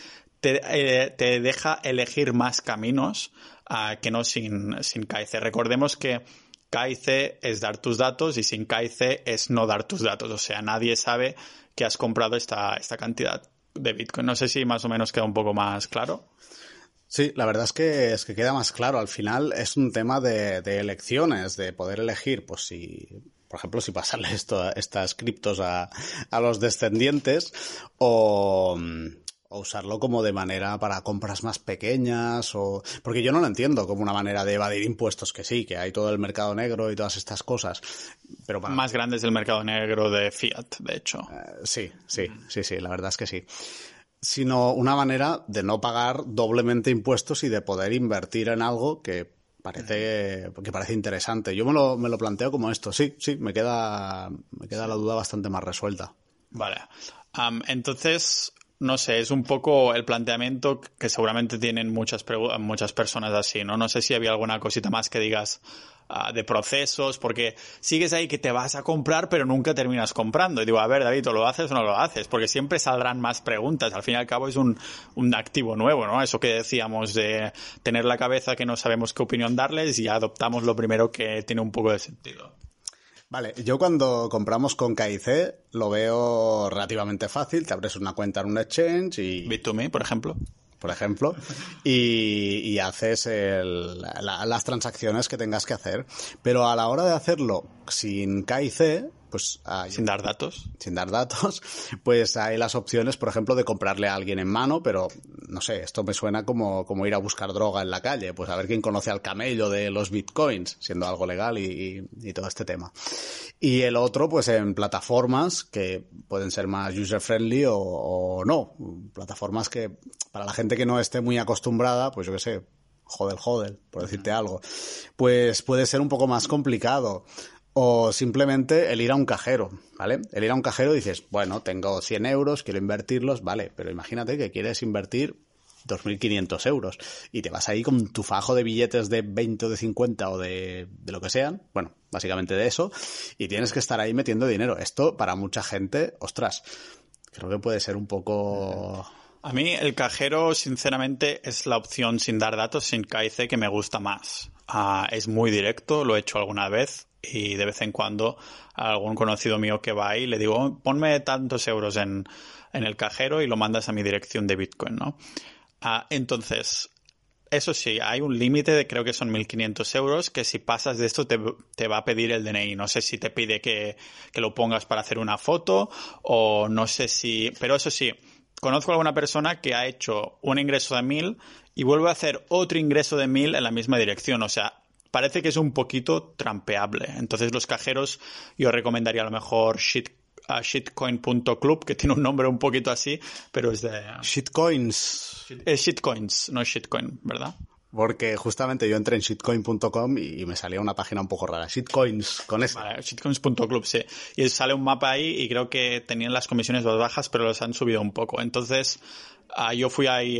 te deja elegir más caminos que no sin KIC. Recordemos que KIC es dar tus datos y sin KIC es no dar tus datos. O sea, nadie sabe que has comprado esta cantidad de Bitcoin. No sé si más o menos queda un poco más claro. Sí, la verdad es que queda más claro. Al final es un tema de elecciones, de poder elegir, pues si, por ejemplo, si pasarle estas criptos a los descendientes o usarlo como de manera para compras más pequeñas porque yo no lo entiendo como una manera de evadir impuestos, que sí, que hay todo el mercado negro y todas estas cosas, pero más grande es el mercado negro de fiat, de hecho. Sí, la verdad es que sí. Sino una manera de no pagar doblemente impuestos y de poder invertir en algo que parece interesante. Yo me lo planteo como esto. Sí, me queda la duda bastante más resuelta. Vale. Entonces, no sé, es un poco el planteamiento que seguramente tienen muchas personas así, ¿no? No sé si había alguna cosita más que digas de procesos, porque sigues ahí que te vas a comprar pero nunca terminas comprando. Y digo, a ver, David, ¿o lo haces o no lo haces? Porque siempre saldrán más preguntas. Al fin y al cabo es un activo nuevo, ¿no? Eso que decíamos de tener la cabeza que no sabemos qué opinión darles y adoptamos lo primero que tiene un poco de sentido. Vale, yo cuando compramos con KIC lo veo relativamente fácil. Te abres una cuenta en un exchange y... Bit2Me, por ejemplo, y haces las transacciones que tengas que hacer. Pero a la hora de hacerlo sin KIC, pues... sin dar datos, pues hay las opciones, por ejemplo, de comprarle a alguien en mano, pero no sé, esto me suena como ir a buscar droga en la calle, pues a ver quién conoce al camello de los bitcoins, siendo algo legal y todo este tema. Y el otro, pues en plataformas que pueden ser más user-friendly o no, plataformas que para la gente que no esté muy acostumbrada, pues yo qué sé, hodl, por decirte algo, pues puede ser un poco más complicado. O simplemente el ir a un cajero, ¿vale? El ir a un cajero dices, bueno, tengo 100 euros, quiero invertirlos, vale, pero imagínate que quieres invertir 2.500 euros y te vas ahí con tu fajo de billetes de 20 o de 50 o de lo que sean, bueno, básicamente de eso, y tienes que estar ahí metiendo dinero. Esto, para mucha gente, ostras, creo que puede ser un poco... A mí el cajero, sinceramente, es la opción sin dar datos, sin KIC, que me gusta más. Es muy directo, lo he hecho alguna vez y de vez en cuando a algún conocido mío que va ahí le digo, ponme tantos euros en el cajero y lo mandas a mi dirección de Bitcoin, ¿no? Entonces, eso sí, hay un límite de creo que son 1.500 euros que si pasas de esto te va a pedir el DNI. No sé si te pide que lo pongas para hacer una foto o no sé si... Pero eso sí, conozco a alguna persona que ha hecho un ingreso de 1.000 y vuelve a hacer otro ingreso de 1.000 en la misma dirección. O sea, parece que es un poquito trampeable. Entonces los cajeros yo recomendaría a lo mejor shitcoin.club, que tiene un nombre un poquito así, pero es de... Shitcoins. Es shitcoins, no es shitcoin, ¿verdad? Porque justamente yo entré en shitcoin.com y me salía una página un poco rara. Shitcoins, con eso. Vale, shitcoins.club, sí. Y sale un mapa ahí y creo que tenían las comisiones más bajas, pero los han subido un poco. Entonces, yo fui ahí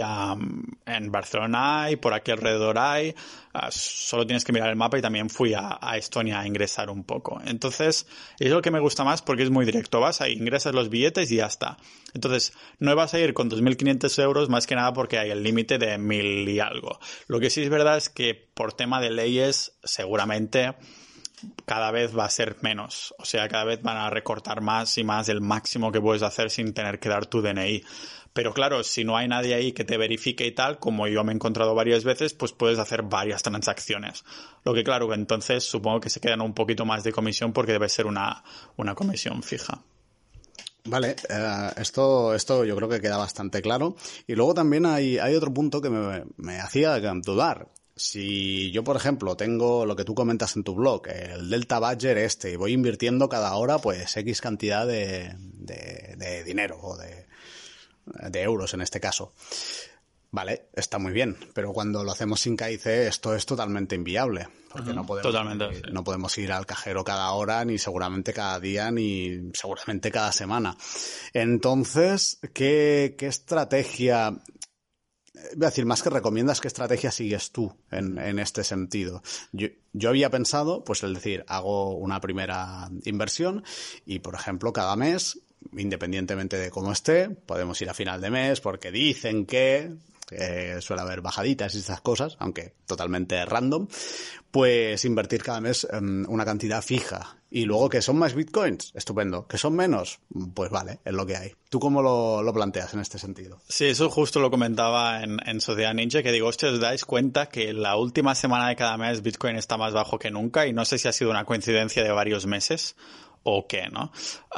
en Barcelona y por aquí alrededor hay. Solo tienes que mirar el mapa y también fui a Estonia a ingresar un poco. Entonces, es lo que me gusta más porque es muy directo. Vas ahí, ingresas los billetes y ya está. Entonces, no vas a ir con 2.500 euros más que nada porque hay el límite de 1.000 y algo. Lo que sí es verdad es que por tema de leyes, seguramente cada vez va a ser menos. O sea, cada vez van a recortar más y más el máximo que puedes hacer sin tener que dar tu DNI. Pero claro, si no hay nadie ahí que te verifique y tal, como yo me he encontrado varias veces, pues puedes hacer varias transacciones. Lo que claro, entonces supongo que se quedan un poquito más de comisión porque debe ser una comisión fija. Vale, esto yo creo que queda bastante claro. Y luego también hay otro punto que me hacía dudar. Si yo, por ejemplo, tengo lo que tú comentas en tu blog, el Delta Badger y voy invirtiendo cada hora pues X cantidad de dinero o de euros en este caso. Vale, está muy bien, pero cuando lo hacemos sin KIC esto es totalmente inviable, porque no podemos ir al cajero cada hora, ni seguramente cada día, ni seguramente cada semana. Entonces, ¿qué estrategia, voy a decir, más que recomiendas, qué estrategia sigues tú en este sentido? Yo había pensado, pues el decir, hago una primera inversión y, por ejemplo, cada mes, independientemente de cómo esté, podemos ir a final de mes porque dicen que suele haber bajaditas y esas cosas, aunque totalmente random, pues invertir cada mes una cantidad fija. Y luego que son más bitcoins, estupendo. Que son menos, pues vale, es lo que hay. ¿Tú cómo lo planteas en este sentido? Sí, eso justo lo comentaba en Sociedad Ninja, que digo, hostia, os dais cuenta que la última semana de cada mes Bitcoin está más bajo que nunca y no sé si ha sido una coincidencia de varios meses o qué, ¿no?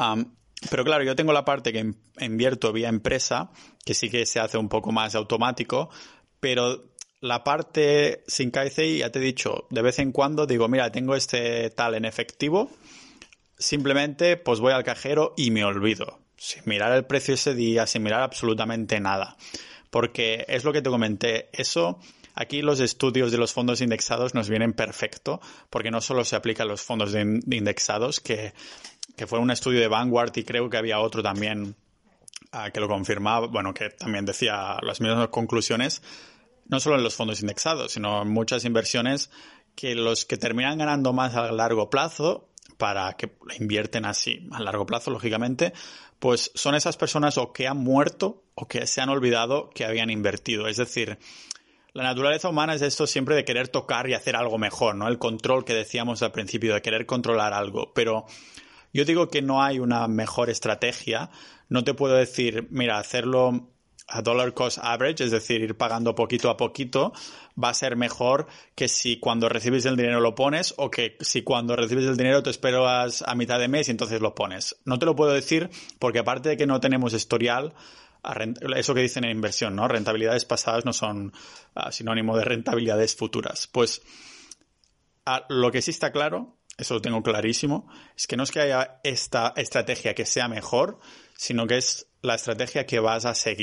Pero claro, yo tengo la parte que invierto vía empresa, que sí que se hace un poco más automático, pero la parte sin KIC, ya te he dicho, de vez en cuando digo, mira, tengo este tal en efectivo, simplemente pues voy al cajero y me olvido, sin mirar el precio ese día, sin mirar absolutamente nada. Porque es lo que te comenté, eso... Aquí los estudios de los fondos indexados nos vienen perfecto, porque no solo se aplica a los fondos de indexados, que fue un estudio de Vanguard y creo que había otro también que lo confirmaba, bueno, que también decía las mismas conclusiones, no solo en los fondos indexados, sino en muchas inversiones que los que terminan ganando más a largo plazo, para que invierten así a largo plazo, lógicamente, pues son esas personas o que han muerto o que se han olvidado que habían invertido. Es decir, la naturaleza humana es esto siempre de querer tocar y hacer algo mejor, ¿no? El control que decíamos al principio, de querer controlar algo. Pero yo digo que no hay una mejor estrategia. No te puedo decir, mira, hacerlo a dollar cost average, es decir, ir pagando poquito a poquito, va a ser mejor que si cuando recibes el dinero lo pones o que si cuando recibes el dinero te esperas a mitad de mes y entonces lo pones. No te lo puedo decir porque aparte de que no tenemos historial, eso que dicen en inversión, ¿no? Rentabilidades pasadas no son sinónimo de rentabilidades futuras. Pues lo que sí está claro, eso lo tengo clarísimo, es que no es que haya esta estrategia que sea mejor, sino que es la estrategia que vas a seguir.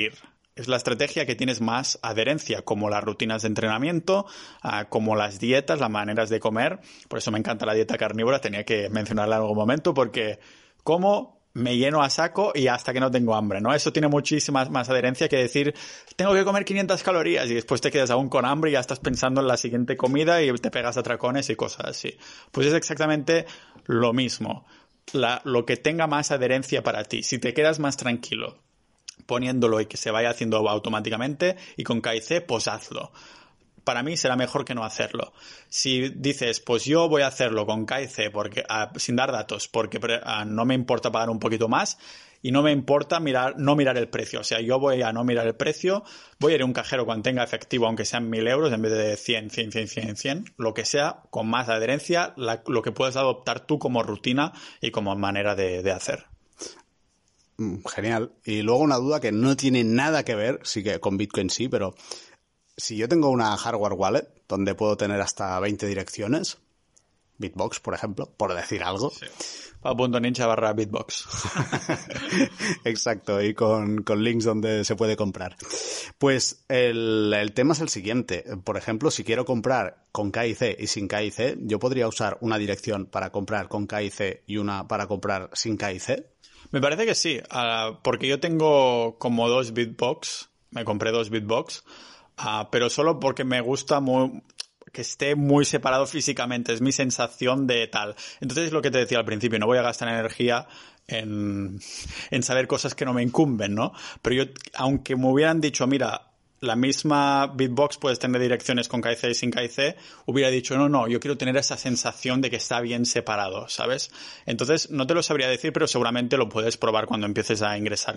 es la estrategia que tienes más adherencia, como las rutinas de entrenamiento, como las dietas, las maneras de comer. Por eso me encanta la dieta carnívora, tenía que mencionarla en algún momento, porque como me lleno a saco y hasta que no tengo hambre, ¿no? Eso tiene muchísima más adherencia que decir, tengo que comer 500 calorías y después te quedas aún con hambre y ya estás pensando en la siguiente comida y te pegas atracones y cosas así. Pues es exactamente lo mismo. Lo que tenga más adherencia para ti. Si te quedas más tranquilo poniéndolo y que se vaya haciendo automáticamente y con KIC, pues hazlo. Para mí será mejor que no hacerlo. Si dices, pues yo voy a hacerlo con KIC porque, sin dar datos, porque no me importa pagar un poquito más y no me importa no mirar el precio. O sea, yo voy a no mirar el precio, voy a ir a un cajero cuando tenga efectivo, aunque sean 1.000 euros, en vez de 100, lo que sea, con más adherencia, lo que puedes adoptar tú como rutina y como manera de hacer. Genial. Y luego una duda que no tiene nada que ver, sí que con Bitcoin sí, pero si yo tengo una hardware wallet donde puedo tener hasta 20 direcciones, Bitbox, por ejemplo, por decir algo. Sí. .ninja/Bitbox. Exacto, y con links donde se puede comprar. Pues el tema es el siguiente. Por ejemplo, si quiero comprar con KIC y sin KIC, ¿yo podría usar una dirección para comprar con KIC y una para comprar sin KIC? Me parece que sí, porque yo tengo como 2 Bitbox, me compré 2 Bitbox, pero solo porque me gusta que esté muy separado físicamente, es mi sensación de tal. Entonces es lo que te decía al principio, no voy a gastar energía en saber cosas que no me incumben, ¿no? Pero yo, aunque me hubieran dicho, mira, la misma Bitbox puedes tener direcciones con KIC y sin KIC, hubiera dicho, no, yo quiero tener esa sensación de que está bien separado, ¿sabes? Entonces, no te lo sabría decir, pero seguramente lo puedes probar cuando empieces a ingresar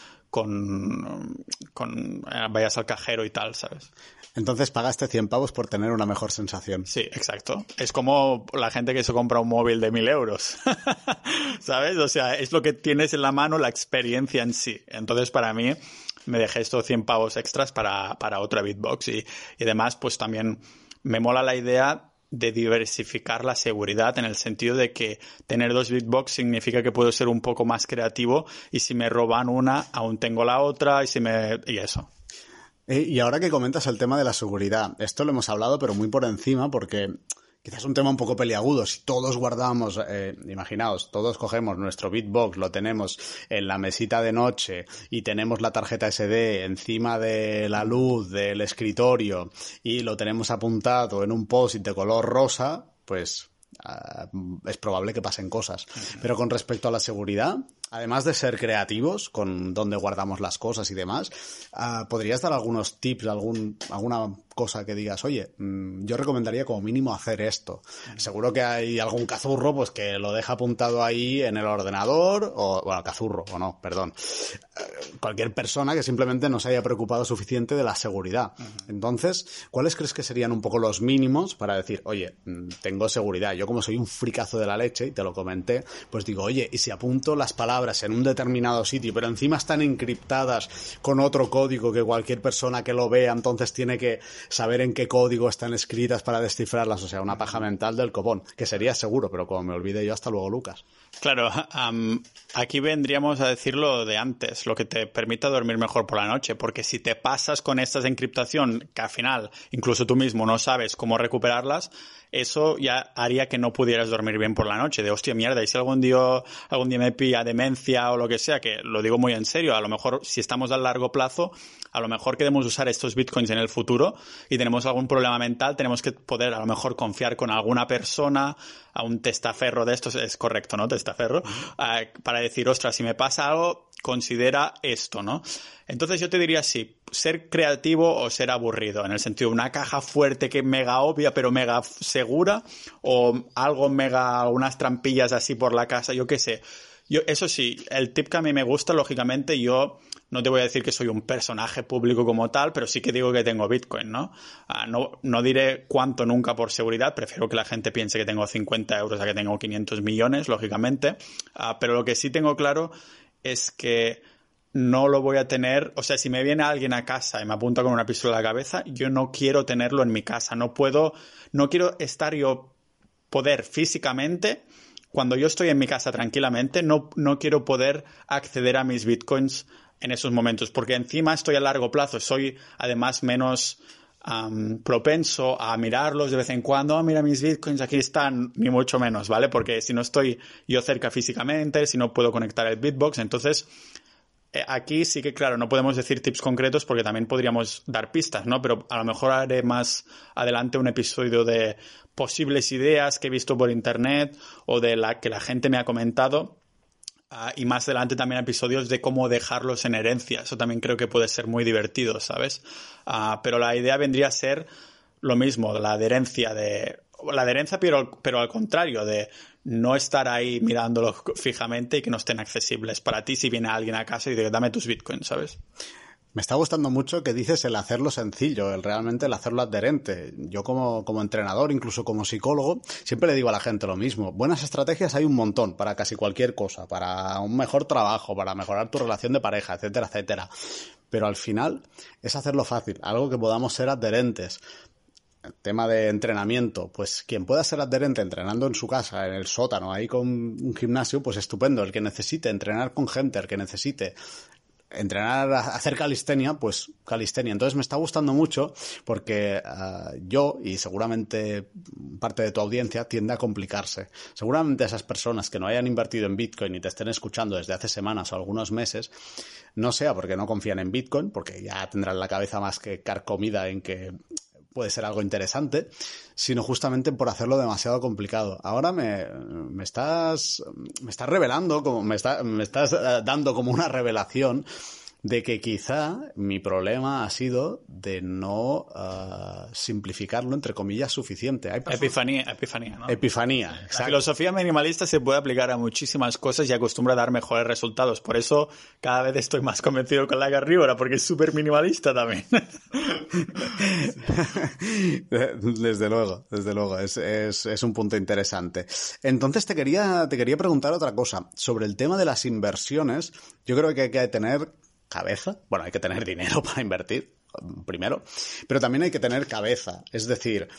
vayas al cajero y tal, ¿sabes? Entonces pagaste 100 pavos por tener una mejor sensación. Sí, exacto. Es como la gente que se compra un móvil de 1.000 euros, ¿sabes? O sea, es lo que tienes en la mano, la experiencia en sí. Entonces, para mí, me dejé estos 100 pavos extras para otra Bitbox y además, pues también me mola la idea de diversificar la seguridad en el sentido de que tener 2 Bitbox significa que puedo ser un poco más creativo y si me roban una, aún tengo la otra y eso. Y ahora que comentas el tema de la seguridad, esto lo hemos hablado pero muy por encima porque quizás es un tema un poco peliagudo. Si todos guardamos, imaginaos, todos cogemos nuestro Bitbox, lo tenemos en la mesita de noche y tenemos la tarjeta SD encima de la luz del escritorio y lo tenemos apuntado en un post-it de color rosa, pues es probable que pasen cosas. Pero con respecto a la seguridad, además de ser creativos con dónde guardamos las cosas y demás, ¿podrías dar algunos tips, alguna cosa que digas, oye, yo recomendaría como mínimo hacer esto? Seguro que hay algún cazurro pues que lo deja apuntado ahí en el ordenador, cazurro, o no, perdón. Cualquier persona que simplemente no se haya preocupado suficiente de la seguridad. Entonces, ¿cuáles crees que serían un poco los mínimos para decir, oye, tengo seguridad? Yo como soy un fricazo de la leche, y te lo comenté, pues digo, oye, ¿y si apunto las palabras en un determinado sitio, pero encima están encriptadas con otro código que cualquier persona que lo vea entonces tiene que saber en qué código están escritas para descifrarlas? O sea, una paja mental del copón, que sería seguro, pero como me olvide yo, hasta luego, Lucas. Claro, aquí vendríamos a decir lo de antes, lo que te permita dormir mejor por la noche, porque si te pasas con estas de encriptación, que al final incluso tú mismo no sabes cómo recuperarlas, eso ya haría que no pudieras dormir bien por la noche, de hostia mierda, y si algún día me pilla demencia o lo que sea, que lo digo muy en serio, a lo mejor si estamos a largo plazo, a lo mejor queremos usar estos bitcoins en el futuro y tenemos algún problema mental, tenemos que poder a lo mejor confiar con alguna persona, a un testaferro de estos, es correcto, ¿no? Testaferro, para decir, ostras, si me pasa algo, considera esto, ¿no? Entonces yo te diría sí, ser creativo o ser aburrido, en el sentido de una caja fuerte que mega obvia pero mega segura, o algo mega, unas trampillas así por la casa, yo qué sé. Eso sí, el tip que a mí me gusta, lógicamente, yo no te voy a decir que soy un personaje público como tal, pero sí que digo que tengo Bitcoin, ¿no? No diré cuánto nunca por seguridad, prefiero que la gente piense que tengo 50 euros a que tengo 500 millones, lógicamente, pero lo que sí tengo claro es que no lo voy a tener, o sea, si me viene alguien a casa y me apunta con una pistola a la cabeza, yo no quiero tenerlo en mi casa, no quiero estar yo, poder físicamente, cuando yo estoy en mi casa tranquilamente, no quiero poder acceder a mis bitcoins en esos momentos, porque encima estoy a largo plazo, soy además menos propenso a mirarlos de vez en cuando. Mira mis bitcoins, aquí están, ni mucho menos, ¿vale? Porque si no estoy yo cerca físicamente, si no puedo conectar el Bitbox, entonces aquí sí que, claro, no podemos decir tips concretos porque también podríamos dar pistas, ¿no? Pero a lo mejor haré más adelante un episodio de posibles ideas que he visto por internet o de la que la gente me ha comentado. Y más adelante también episodios de cómo dejarlos en herencia. Eso también creo que puede ser muy divertido, ¿sabes? Pero la idea vendría a ser lo mismo, la adherencia, pero al contrario, de no estar ahí mirándolos fijamente y que no estén accesibles para ti si viene alguien a casa y dice, dame tus bitcoins, ¿sabes? Me está gustando mucho que dices el hacerlo sencillo, realmente el hacerlo adherente. Yo como entrenador, incluso como psicólogo, siempre le digo a la gente lo mismo. Buenas estrategias hay un montón para casi cualquier cosa, para un mejor trabajo, para mejorar tu relación de pareja, etcétera, etcétera. Pero al final es hacerlo fácil, algo que podamos ser adherentes. El tema de entrenamiento, pues quien pueda ser adherente entrenando en su casa, en el sótano, ahí con un gimnasio, pues estupendo. El que necesite entrenar con gente, el que necesite entrenar, hacer calistenia, pues calistenia. Entonces me está gustando mucho porque yo, y seguramente parte de tu audiencia, tiende a complicarse. Seguramente esas personas que no hayan invertido en Bitcoin y te estén escuchando desde hace semanas o algunos meses, no sea porque no confían en Bitcoin, porque ya tendrán la cabeza más que carcomida en que puede ser algo interesante, sino justamente por hacerlo demasiado complicado. Ahora me estás revelando, como me estás dando como una revelación de que quizá mi problema ha sido de no simplificarlo, entre comillas, suficiente. Epifanía, ¿no? Epifanía, exacto. La filosofía minimalista se puede aplicar a muchísimas cosas y acostumbra a dar mejores resultados. Por eso cada vez estoy más convencido con la carnívora, porque es súper minimalista también. Desde luego. Es un punto interesante. Entonces te quería preguntar otra cosa. Sobre el tema de las inversiones, yo creo que hay que tener cabeza. Bueno, hay que tener dinero para invertir, primero, pero también hay que tener cabeza. Es decir,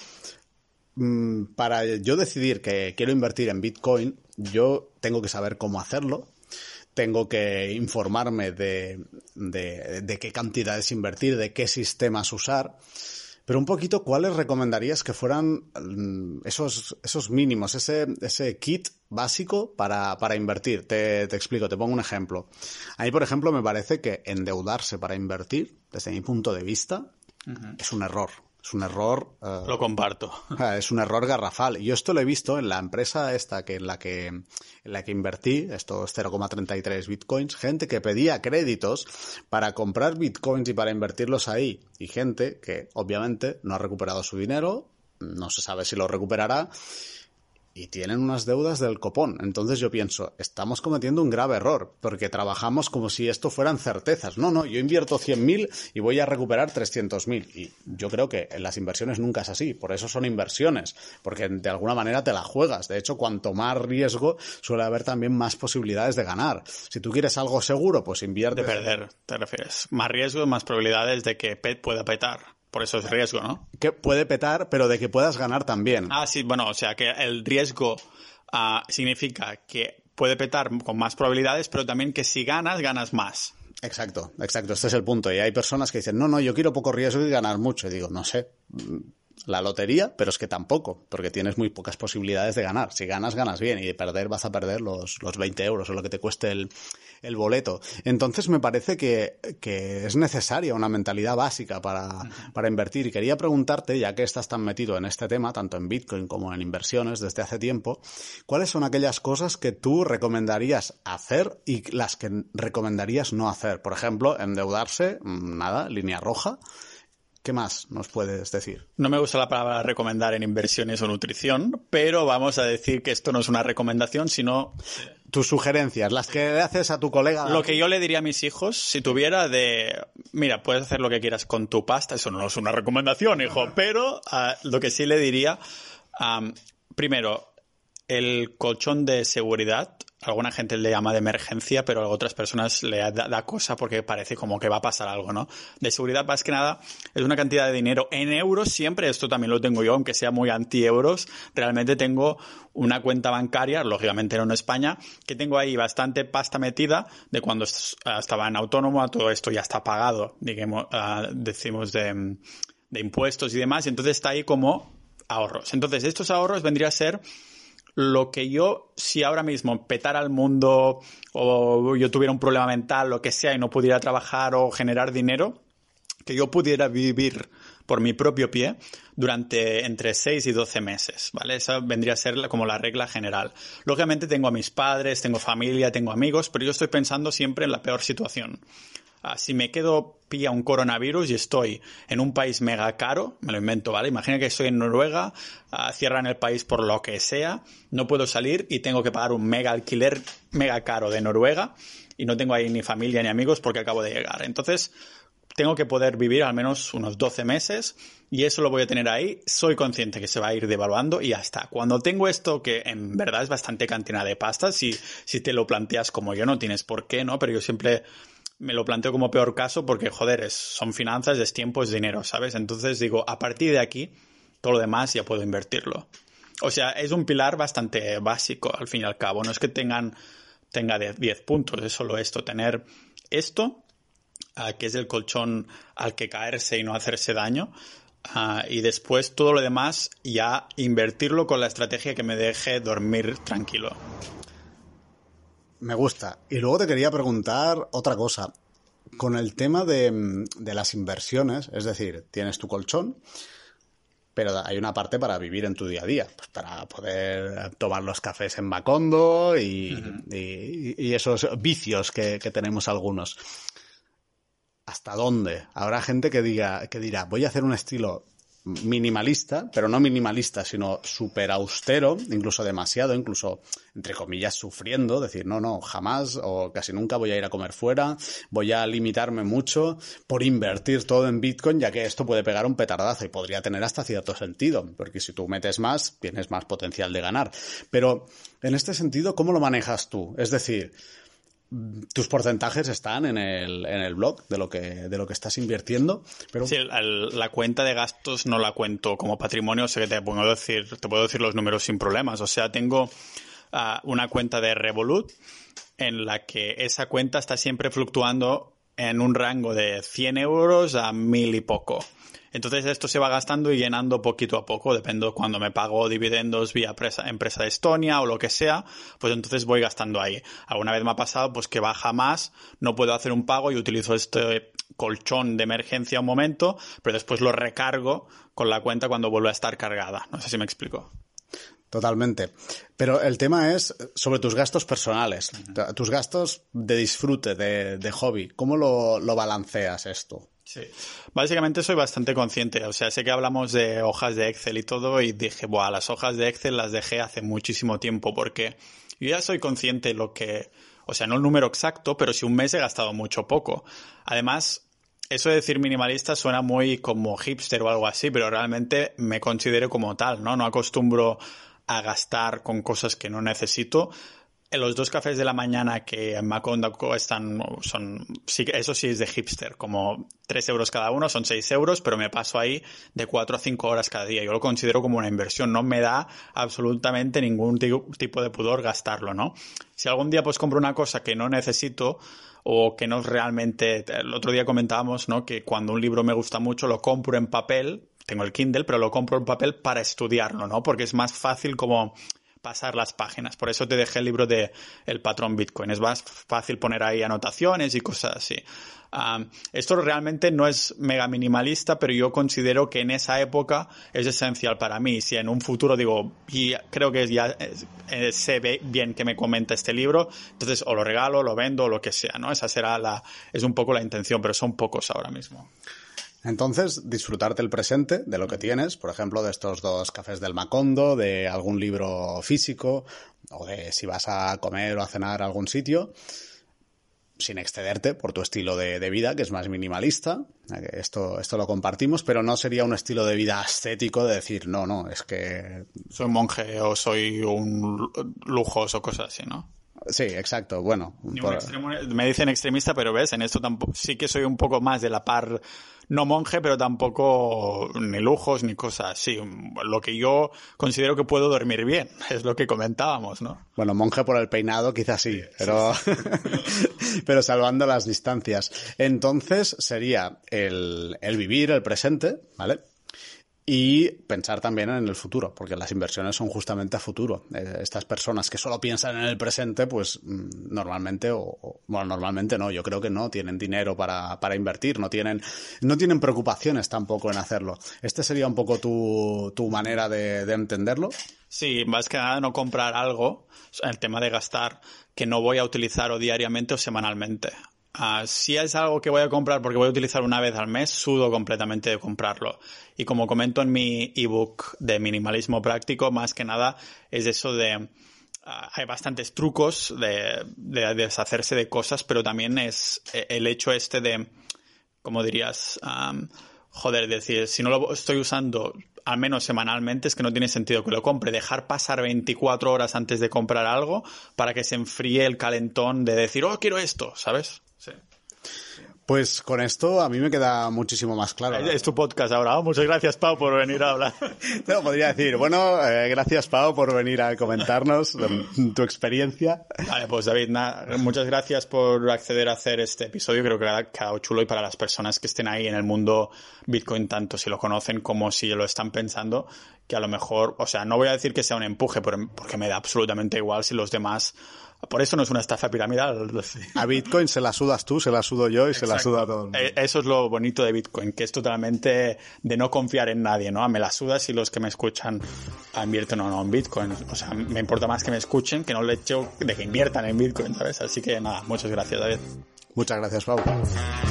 para yo decidir que quiero invertir en Bitcoin, yo tengo que saber cómo hacerlo, tengo que informarme de qué cantidades invertir, de qué sistemas usar. Pero un poquito, ¿cuáles recomendarías que fueran esos mínimos, ese kit básico para invertir? Te explico, te pongo un ejemplo. A mí, por ejemplo, me parece que endeudarse para invertir, desde mi punto de vista, es un error. Es un error... Lo comparto. Es un error garrafal. Y yo esto lo he visto en la empresa esta en la que invertí, estos 0,33 bitcoins, gente que pedía créditos para comprar bitcoins y para invertirlos ahí. Y gente que, obviamente, no ha recuperado su dinero, no se sabe si lo recuperará, y tienen unas deudas del copón. Entonces yo pienso, estamos cometiendo un grave error, porque trabajamos como si esto fueran certezas. No, yo invierto 100.000 y voy a recuperar 300.000. Y yo creo que en las inversiones nunca es así. Por eso son inversiones, porque de alguna manera te la juegas. De hecho, cuanto más riesgo, suele haber también más posibilidades de ganar. Si tú quieres algo seguro, pues invierte. De perder, te refieres. Más riesgo, más probabilidades de que pueda petar. Por eso es riesgo, ¿no? Que puede petar, pero de que puedas ganar también. Sí, bueno, o sea que el riesgo significa que puede petar con más probabilidades, pero también que si ganas más. Exacto. Este es el punto. Y hay personas que dicen, no, yo quiero poco riesgo y ganar mucho. Y digo, no sé, la lotería, pero es que tampoco, porque tienes muy pocas posibilidades de ganar. Si ganas bien, y de perder vas a perder los 20 euros o lo que te cueste el boleto. Entonces me parece que es necesaria una mentalidad básica para invertir. Y quería preguntarte, ya que estás tan metido en este tema, tanto en Bitcoin como en inversiones desde hace tiempo, ¿cuáles son aquellas cosas que tú recomendarías hacer y las que recomendarías no hacer? Por ejemplo, endeudarse, nada, línea roja. ¿Qué más nos puedes decir? No me gusta la palabra recomendar en inversiones o nutrición, pero vamos a decir que esto no es una recomendación, sino... Tus sugerencias, las que le haces a tu colega. Lo que yo le diría a mis hijos, si tuviera mira, puedes hacer lo que quieras con tu pasta, eso no es una recomendación, hijo, pero lo que sí le diría, primero, el colchón de seguridad alguna gente le llama de emergencia, pero a otras personas le da cosa porque parece como que va a pasar algo, ¿no? De seguridad, más que nada, es una cantidad de dinero en euros siempre. Esto también lo tengo yo, aunque sea muy anti-euros. Realmente tengo una cuenta bancaria, lógicamente no en España, que tengo ahí bastante pasta metida de cuando estaba en autónomo. Todo esto ya está pagado, digamos, decimos de impuestos y demás. Y entonces está ahí como ahorros. Entonces, estos ahorros vendría a ser lo que yo, si ahora mismo petara el mundo o yo tuviera un problema mental, lo que sea, y no pudiera trabajar o generar dinero, que yo pudiera vivir por mi propio pie durante entre 6 y 12 meses, ¿vale? Esa vendría a ser como la regla general. Lógicamente tengo a mis padres, tengo familia, tengo amigos, pero yo estoy pensando siempre en la peor situación. Si me pilla un coronavirus y estoy en un país mega caro, me lo invento, ¿vale? Imagina que estoy en Noruega, cierran el país por lo que sea, no puedo salir y tengo que pagar un mega alquiler mega caro de Noruega y no tengo ahí ni familia ni amigos porque acabo de llegar. Entonces, tengo que poder vivir al menos unos 12 meses y eso lo voy a tener ahí. Soy consciente que se va a ir devaluando y ya está. Cuando tengo esto, que en verdad es bastante cantidad de pasta, si te lo planteas como yo, no tienes por qué, ¿no? Pero yo siempre me lo planteo como peor caso porque, joder, son finanzas, es tiempo, es dinero, ¿sabes? Entonces digo, a partir de aquí, todo lo demás ya puedo invertirlo. O sea, es un pilar bastante básico, al fin y al cabo. No es que tenga 10 puntos, es solo esto. Tener esto, que es el colchón al que caerse y no hacerse daño. Y después todo lo demás ya invertirlo con la estrategia que me deje dormir tranquilo. Me gusta. Y luego te quería preguntar otra cosa. Con el tema de las inversiones, es decir, tienes tu colchón, pero hay una parte para vivir en tu día a día, pues para poder tomar los cafés en Macondo y esos vicios que tenemos algunos. ¿Hasta dónde? Habrá gente que dirá, voy a hacer un estilo minimalista, pero no minimalista, sino súper austero, incluso demasiado, incluso, entre comillas, sufriendo, decir, no, jamás o casi nunca voy a ir a comer fuera, voy a limitarme mucho por invertir todo en Bitcoin, ya que esto puede pegar un petardazo y podría tener hasta cierto sentido, porque si tú metes más, tienes más potencial de ganar. Pero, en este sentido, ¿cómo lo manejas tú? Es decir, tus porcentajes están en el blog de lo que estás invirtiendo, pero sí, la cuenta de gastos no la cuento como patrimonio, o sea que te puedo decir los números sin problemas. O sea, tengo una cuenta de Revolut en la que esa cuenta está siempre fluctuando en un rango de 100 euros a 1000 y poco. Entonces esto se va gastando y llenando poquito a poco, depende de cuando me pago dividendos vía empresa de Estonia o lo que sea, pues entonces voy gastando ahí. Alguna vez me ha pasado pues que baja más, no puedo hacer un pago y utilizo este colchón de emergencia un momento, pero después lo recargo con la cuenta cuando vuelve a estar cargada. No sé si me explico. Totalmente. Pero el tema es sobre tus gastos personales, tus gastos de disfrute, de hobby. ¿Cómo lo balanceas esto? Sí, básicamente soy bastante consciente, o sea, sé que hablamos de hojas de Excel y todo y dije, las hojas de Excel las dejé hace muchísimo tiempo porque yo ya soy consciente no el número exacto, pero si un mes he gastado mucho poco. Además, eso de decir minimalista suena muy como hipster o algo así, pero realmente me considero como tal, ¿no? No acostumbro a gastar con cosas que no necesito. En los 2 cafés de la mañana que en Macondo sí, eso sí es de hipster, como 3 euros cada uno, son 6 euros, pero me paso ahí de 4 a 5 horas cada día. Yo lo considero como una inversión, no me da absolutamente ningún tipo de pudor gastarlo, ¿no? Si algún día pues compro una cosa que no necesito o que no es realmente... El otro día comentábamos, ¿no?, que cuando un libro me gusta mucho lo compro en papel, tengo el Kindle, pero lo compro en papel para estudiarlo, ¿no? Porque es más fácil como pasar las páginas. Por eso te dejé el libro de El Patrón Bitcoin. Es más fácil poner ahí anotaciones y cosas así. Esto realmente no es mega minimalista, pero yo considero que en esa época es esencial para mí. Si en un futuro digo, y creo que ya se ve bien que me comenta este libro, entonces o lo regalo, lo vendo, o lo que sea, ¿no? Esa es un poco la intención, pero son pocos ahora mismo. Entonces, disfrutarte el presente de lo que tienes, por ejemplo, de estos 2 cafés del Macondo, de algún libro físico, o de si vas a comer o a cenar a algún sitio, sin excederte por tu estilo de vida, que es más minimalista. Esto lo compartimos, pero no sería un estilo de vida ascético de decir, no, es que... Soy monje o soy un lujoso, cosas así, ¿no? Sí, exacto. Bueno, me dicen extremista, pero ves, en esto tampoco, sí que soy un poco más de la par, no monje, pero tampoco ni lujos ni cosas así. Lo que yo considero que puedo dormir bien, es lo que comentábamos, ¿no? Bueno, monje por el peinado quizás sí, pero, pero salvando las distancias. Entonces sería el vivir el presente, ¿vale? Y pensar también en el futuro, porque las inversiones son justamente a futuro. Estas personas que solo piensan en el presente, pues normalmente, bueno, normalmente no, yo creo que no tienen dinero para invertir, no tienen preocupaciones tampoco en hacerlo. ¿Este sería un poco tu manera de entenderlo? Sí, más que nada no comprar algo, el tema de gastar, que no voy a utilizar o diariamente o semanalmente. Si es algo que voy a comprar porque voy a utilizar una vez al mes, sudo completamente de comprarlo. Y como comento en mi ebook de minimalismo práctico, más que nada es eso de... hay bastantes trucos de deshacerse de cosas, pero también es el hecho este de, ¿cómo dirías? Decir, si no lo estoy usando al menos semanalmente, es que no tiene sentido que lo compre. Dejar pasar 24 horas antes de comprar algo para que se enfríe el calentón de decir, oh, quiero esto, ¿sabes? Sí. Pues con esto a mí me queda muchísimo más claro. Es tu podcast ahora. Muchas gracias, Pau, por venir a hablar. Te lo podría decir. Bueno, gracias, Pau, por venir a comentarnos tu experiencia. Vale, pues David, muchas gracias por acceder a hacer este episodio. Creo que ha quedado chulo y para las personas que estén ahí en el mundo Bitcoin, tanto si lo conocen como si lo están pensando, que a lo mejor, o sea, no voy a decir que sea un empuje, porque me da absolutamente igual si los demás... Por eso no es una estafa piramidal. A Bitcoin se la sudas tú, se la sudo yo y Exacto. Se la suda todo el mundo. Eso es lo bonito de Bitcoin, que es totalmente de no confiar en nadie, ¿no? Me la sudas si los que me escuchan invierten o no en Bitcoin. O sea, me importa más que me escuchen que no el hecho de que inviertan en Bitcoin, ¿sabes? Así que nada, muchas gracias, David. Muchas gracias, Pau.